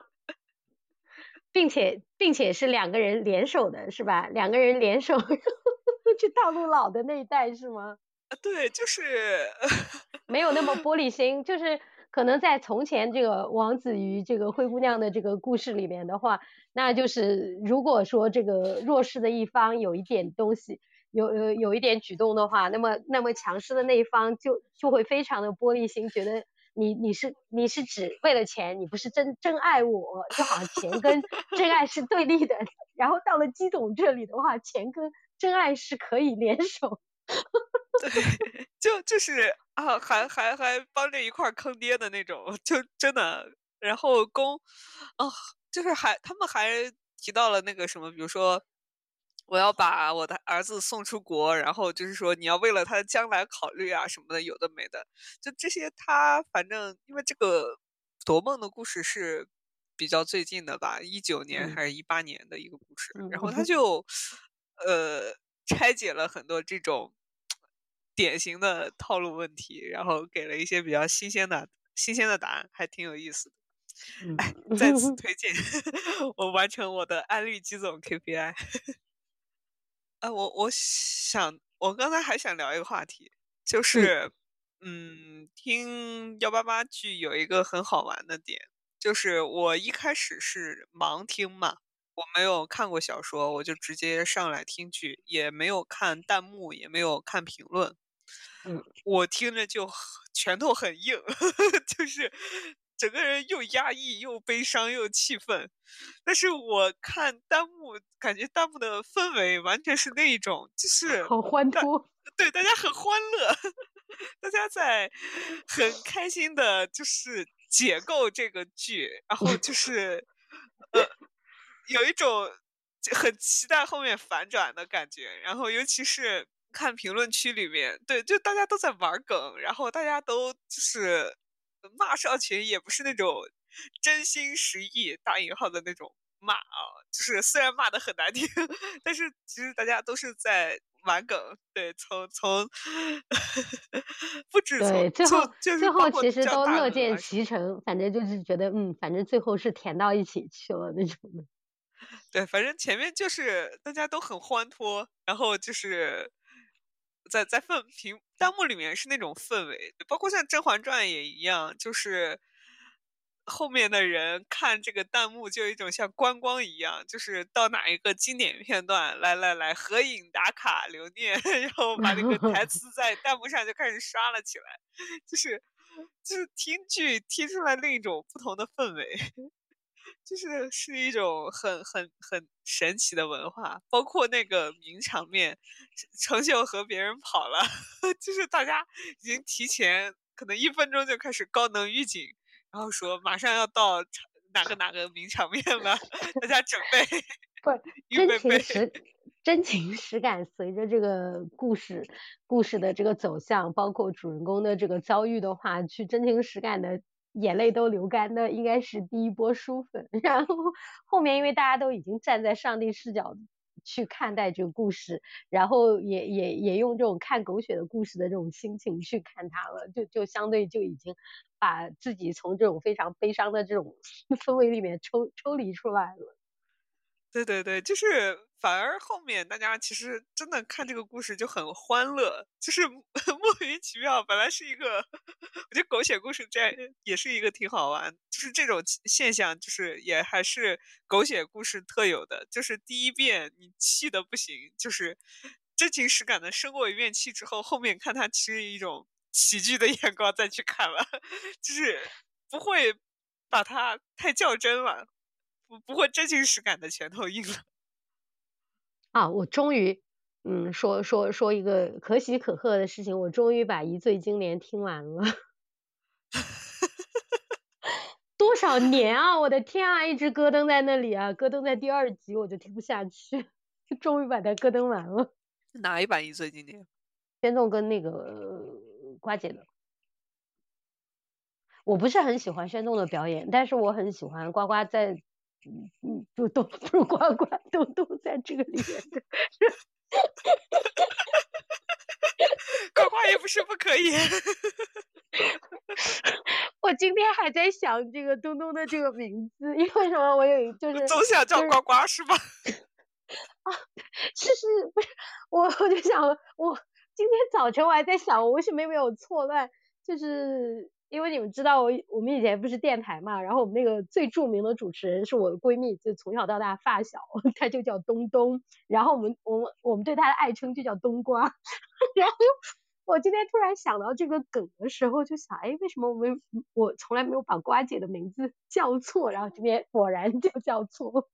并且并且是两个人联手的，是吧？两个人联手去套路老的那一代，是吗？ 对，就是没有那么玻璃心，就是可能在从前这个王子与这个灰姑娘的这个故事里面的话，那就是如果说这个弱势的一方有一点东西，有有有一点举动的话，那么那么强势的那一方就就会非常的玻璃心，觉得你你是你是只为了钱，你不是真真爱我，就好像钱跟真爱是对立的。然后到了姬总这里的话，钱跟真爱是可以联手。 对，就就是啊，还还还帮着一块儿坑爹的那种，就真的。然后公，啊，就是还他们还提到了那个什么，比如说我要把我的儿子送出国，然后就是说你要为了他的将来考虑啊什么的，有的没的，就这些他反正因为这个夺梦的故事是比较最近的吧，一九年嗯还是一八年的一个故事，然后他嗯就呃拆解了很多这种典型的套路问题，然后给了一些比较新鲜的新鲜的答案，还挺有意思的。 嗯。 哎，再次推荐我完成我的安利机总 K P I。呃，我我想，我刚才还想聊一个话题，就嗯是，嗯，听幺八八剧有一个很好玩的点，就是我一开始是盲听嘛，我没有看过小说，我就直接上来听剧，也没有看弹幕，也没有看评论， 嗯， 我听着就很拳头很硬，就是整个人又压抑又悲伤又气愤。但是我看弹幕，感觉弹幕的氛围完全是那一种，就是好欢大脱。 对大家很欢乐，大家在很开心的，就是解构这个剧，然后就是呃有一种就很期待后面反转的感觉，然后尤其是看评论区里面，对，就大家都在玩梗，然后大家都就是骂上群，也不是那种真心实意打引号的那种骂啊，就是虽然骂的很难听，但是其实大家都是在玩梗，对，从从不止从对，最就后就是包最后其实括叫大都乐见鹅啊什么。 其成，反正就是觉得，嗯，反正最后是甜到一起去了那种的。 对，反正前面就是大家都很欢脱，然后就是在在氛屏弹幕里面是那种氛围，包括像《甄嬛传》也一样，就是后面的人看这个弹幕就有一种像观光一样，就是到哪一个经典片段，来来来合影打卡留念，然后把那个台词在弹幕上就开始刷了起来，就是就是听剧听出来另一种不同的氛围。就是是一种很很很神奇的文化，包括那个名场面，程秀和别人跑了，就是大家已经提前可能一分钟就开始高能预警，然后说马上要到场哪个哪个名场面了，大家准备不是真预备备。 情实真情实感，随着这个故事故事的这个走向，包括主人公的这个遭遇的话，去真情实感的眼泪都流干的，应该是第一波书粉。然后后面因为大家都已经站在上帝视角去看待这个故事，然后也也也用这种看狗血的故事的这种心情去看它了，就就相对就已经把自己从这种非常悲伤的这种氛围里面抽抽离出来了。 对对对，就是反而后面大家其实真的看这个故事就很欢乐，就是莫名其妙。本来是一个，我觉得狗血故事这样也是一个挺好玩，就是这种其现象，就是也还是狗血故事特有的。就是第一遍你气的不行，就是真情实感的生过一遍气之后，后面看它其实一种喜剧的眼光再去看了，就是不会把它太较真了。不不会真情实感的拳头硬了。 啊，我终于，嗯，说说说一个可喜可贺的事情，我终于把《一醉经年》听完了。多少年啊！我的天啊，一直咯噔在那里啊，咯噔在第二集我就听不下去，就终于把它咯噔完了。 哪一版一最经典？ 宣纵跟那个呃瓜姐的，我不是很喜欢宣纵的表演，但是我很喜欢呱呱在，嗯嗯，就都不是呱呱，都都在这个里面的。 呱呱也不是不可以。 我今天还在想这个东东的这个名字，因为什么？我有就是总想叫呱呱是吧？ 啊，其实不是我，我就想我今天早晨我还在想，我为什么没有错乱，就是因为你们知道我我们以前不是电台嘛，然后我们那个最著名的主持人是我的闺蜜，就从小到大发小，她就叫东东，然后我们我们我们对她的爱称就叫冬瓜，然后。我今天突然想到这个梗的时候，就想，哎，为什么我们我从来没有把瓜姐的名字叫错？然后这边果然就叫错。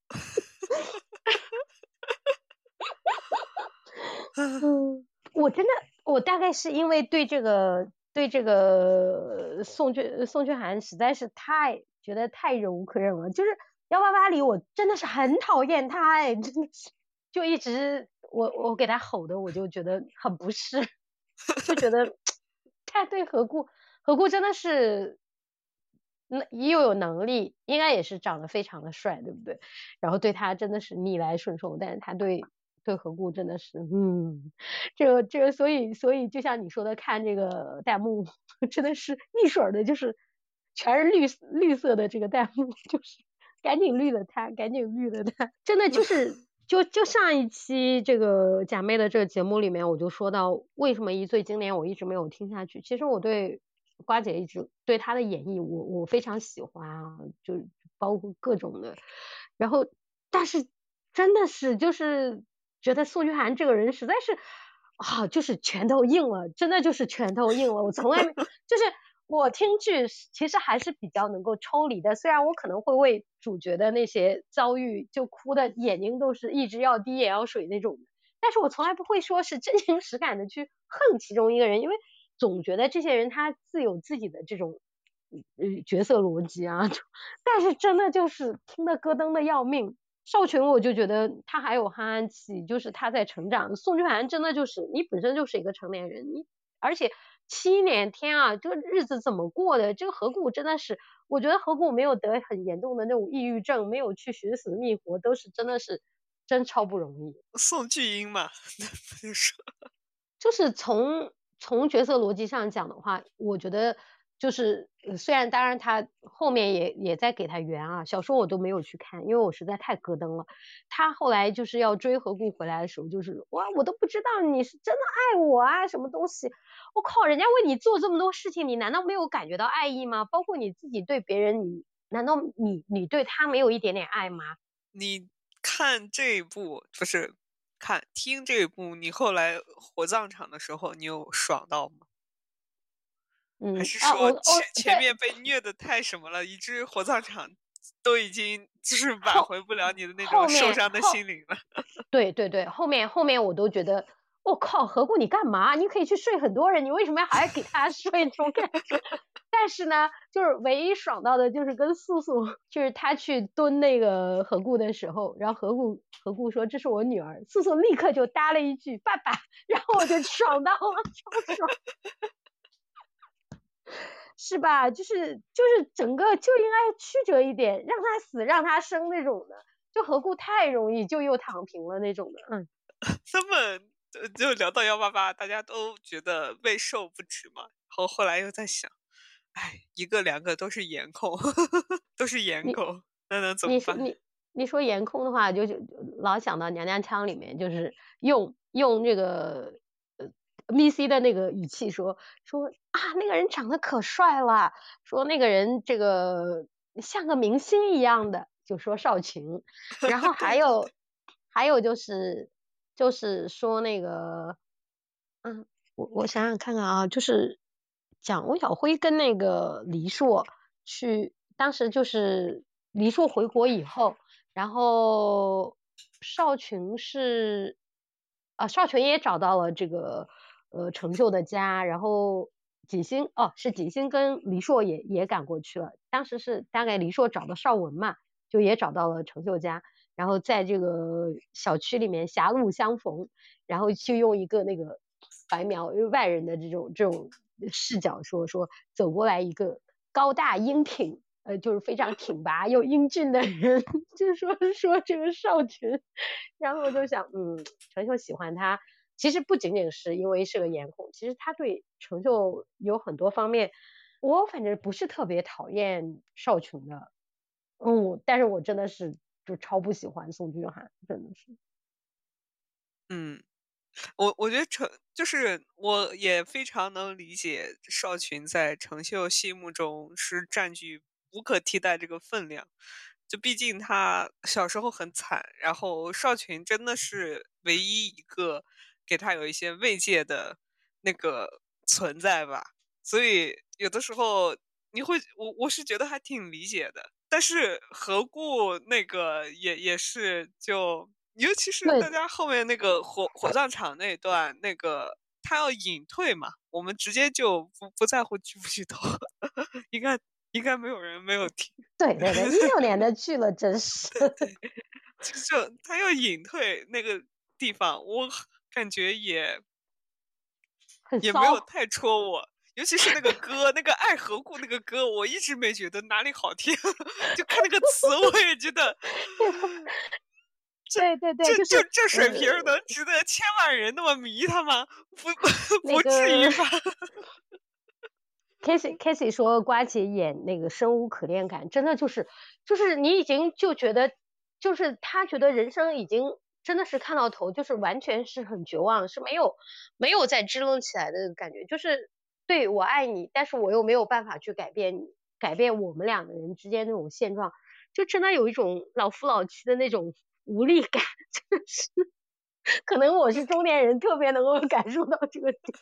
嗯，我真的，我大概是因为对这个对这个宋俊宋俊涵实在是太觉得太忍无可忍了，就是幺八八里我真的是很讨厌他，哎，真的是就一直我我给他吼的，我就觉得很不适，就觉得他对何故何故真的是。那又有能力，应该也是长得非常的帅，对不对？然后对他真的是逆来顺受，但是他对对何故真的是，嗯，这个这个，所以所以就像你说的，看这个弹幕真的是一水儿的，就是全是绿绿色的这个弹幕，就是赶紧绿了他，赶紧绿了他，真的就是就就上一期这个假妹的这个节目里面，我就说到为什么一最经典我一直没有听下去。其实我对瓜姐一直对她的演绎我我非常喜欢啊，就包括各种的，然后但是真的是就是觉得宋俊涵这个人实在是啊，就是拳头硬了，真的就是拳头硬了。我从来没就是我听剧其实还是比较能够抽离的，虽然我可能会为主角的那些遭遇就哭的眼睛都是一直要滴眼药水那种的，但是我从来不会说是真情实感的去恨其中一个人，因为总觉得这些人他自有自己的这种呃角色逻辑啊，但是真的就是听得咯噔的要命。少群我就觉得他还有憨憨气，就是他在成长。宋俊涵真的就是你本身就是一个成年人，你而且七年天啊，这个日子怎么过的？这个何故真的是，我觉得何故没有得很严重的那种抑郁症，没有去寻死觅活，都是真的是真超不容易。 宋巨英嘛，不就说就是从从角色逻辑上讲的话，我觉得就是呃虽然当然他后面也也在给他圆啊，小说我都没有去看，因为我实在太咯噔了。他后来就是要追何故回来的时候，就是哇，我都不知道你是真的爱我啊，什么东西？我靠，人家为你做这么多事情，你难道没有感觉到爱意吗？包括你自己对别人，你难道你你对他没有一点点爱吗？ 你看这一部不是看听这一部，你后来火葬场的时候，你有爽到吗？还嗯啊，我是说前我对前面被虐的太什么了，以至于火葬场都已经就是挽后回不了你的那种后受伤的面后心灵了？ 对对对，后面后面我都觉得，我靠，何故你干嘛？你可以去睡很多人，你为什么还要给他睡这种感觉？但是呢，就是唯一爽到的就是跟素素，就是他去蹲那个何故的时候，然后何故何故说这是我女儿，素素立刻就搭了一句爸爸，然后我就爽到了，超爽，是吧？就是就是整个就应该曲折一点，让他死让他生那种的，就何故太容易就又躺平了那种的，嗯。 他们就就聊到幺八八，大家都觉得备受不值嘛。后后来又在想，哎，一个两个都是颜控，都是颜你控，那能怎么办？ 你是你你说颜控的话，就就老想到娘娘腔里面，就是用用这个呃 V C 的那个语气说说啊，那个人长得可帅了，说那个人这个像个明星一样的，就说少群，然后还有对对对。 还有就是就是说那个，嗯，我我想想看看啊，就是讲欧小辉跟那个黎硕去，当时就是黎硕回国以后。然后少群是啊，少群也找到了这个呃成就的家，然后景星哦是景星跟黎硕也也赶过去了，当时是大概黎硕找的邵文嘛，就也找到了成就家，然后在这个小区里面狭路相逢，然后就用一个那个白描外人的这种这种视角说说走过来一个高大英挺。呃，就是非常挺拔又英俊的人，就说说这个少群，然后我就想，嗯，陈秀喜欢他，其实不仅仅是因为是个颜控，其实他对陈秀有很多方面，我反正不是特别讨厌少群的，嗯，但是我真的是就超不喜欢宋俊涵，真的是， 嗯。我我觉得程就是我也非常能理解少群在程秀心目中是占据无可替代这个分量。就毕竟他小时候很惨，然后少群真的是唯一一个给他有一些慰藉的那个存在吧。所以有的时候你会，我我是觉得还挺理解的。但是何故那个也也是就尤其是大对家后面那个火火葬场那一段，那个他要隐退嘛，我们直接就不不在乎剧不剧透，应该应该没有人没有听。 对对对，一六年的剧了，真是对对，就就他要隐退那个地方，我感觉也很也没有骚。 太戳我。尤其是那个歌，那个爱河谷那个歌，我一直没觉得哪里好听，就看那个词，我也觉得对对对， 这就是就这水平儿呃， 能值得千万人那么迷他吗？不那不至个于吧？ Casey Casey 说瓜姐演那个生无可恋感，真的就是就是你已经就觉得就是他觉得人生已经真的是看到头，就是完全是很绝望，是没有没有再支棱起来的感觉，就是对我爱你，但是我又没有办法去改变你，改变我们两个人之间那种现状，就真的有一种老夫老妻的那种无力感，真的是。可能我是中年人，特别能够感受到这个点。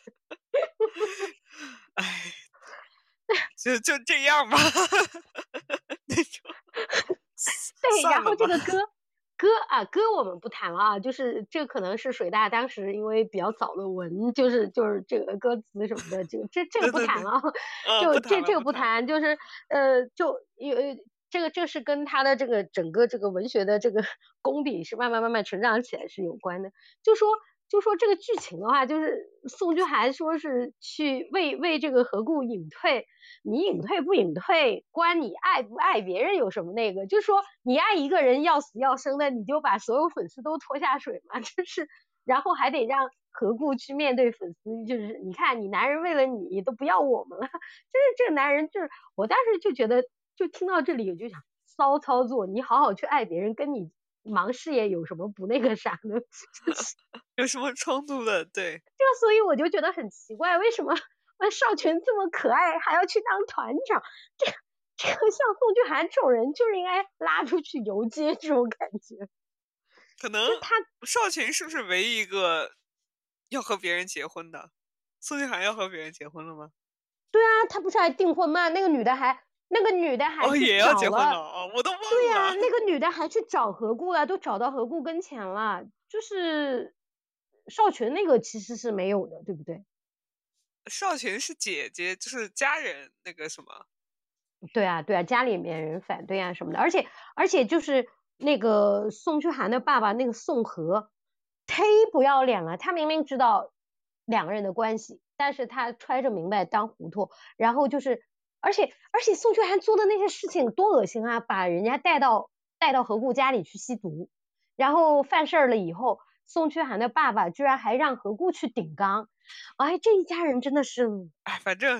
哎，就就这样吧，那种对，然算了吧。 后这个歌歌啊歌我们不谈了啊，就是这可能是水大当时因为比较早的文，就是就是这个歌词什么的，这个这这个对对对， 不谈了啊， 呃，不谈就这这个了不谈了。 不谈，就是呃就有。这个这是跟他的这个整个这个文学的这个功底是慢慢慢慢成长起来是有关的。就说就说这个剧情的话，就是宋俊涵说是去为为这个何故隐退，你隐退不隐退，关你爱不爱别人有什么那个？就说你爱一个人要死要生的，你就把所有粉丝都拖下水嘛，就是然后还得让何故去面对粉丝，就是你看你男人为了你都不要我们了，就是这个男人就是我当时就觉得，就听到这里我就想骚操作，你好好去爱别人，跟你忙事业有什么不那个啥的？就是有什么冲突的？对。 这个，所以我就觉得很奇怪，为什么呃少群这么可爱，还要去当团长？这个这个像宋俊涵这种人，就是应该拉出去游街这种感觉。 可能就他， 少群是不是唯一一个要和别人结婚的？宋俊涵要和别人结婚了吗？ 对啊，他不是还订婚吗？那个女的还，那个女的还哦， 去也要结婚了找了， 哦，我都忘对呀、 了。 那个女的还去找何故了，都找到何故跟前了。就是少群那个其实是没有的，对不对？ 少群是姐姐，就是家人那个什么。 对啊，对啊，家里面人反对啊什么的，而且而且就是那个宋秋涵的爸爸那个宋和，忒不要脸了。他明明知道两个人的关系，但是他揣着明白当糊涂，然后就是，而且而且宋秋涵做的那些事情多恶心啊，把人家带到带到何故家里去吸毒，然后犯事儿了以后，宋秋涵的爸爸居然还让何故去顶缸，哎，这一家人真的是。 哎，反正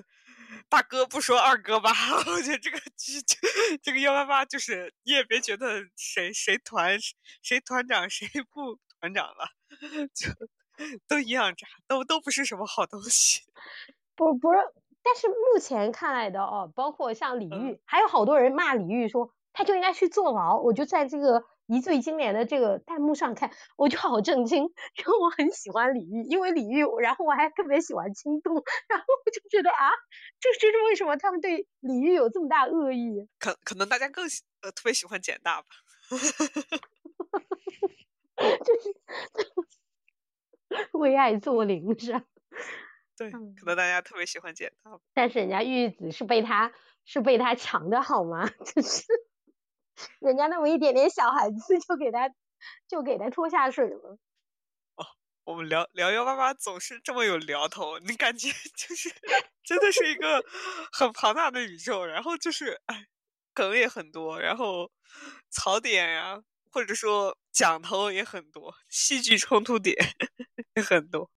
大哥不说二哥吧，我觉得这个这这个幺八八就是你也别觉得谁谁团谁团长谁不团长了，就都一样渣，都都不是什么好东西。 不不是，但是目前看来的哦，包括像李煜， 嗯还有好多人骂李煜说他就应该去坐牢。我就在这个一最经典的这个弹幕上看，我就好震惊，因为我很喜欢李煜，因为李煜，然后我还特别喜欢青洞，然后我就觉得啊，这这是为什么他们对李煜有这么大恶意？ 可可能大家更喜呃特别喜欢简大吧。 就是为爱作灵是吧？ 对， 嗯可能大家特别喜欢简大吧。 但是人家玉子是被他是被他强的好吗？就是人家那么一点点小孩子就给他就给他拖下水了。 我们聊聊幺八八总是这么有聊头，你感觉就是真的是一个很庞大的宇宙，然后就是哎，梗也很多，然后槽点呀、或者说讲头也很多，戏剧冲突点也很多。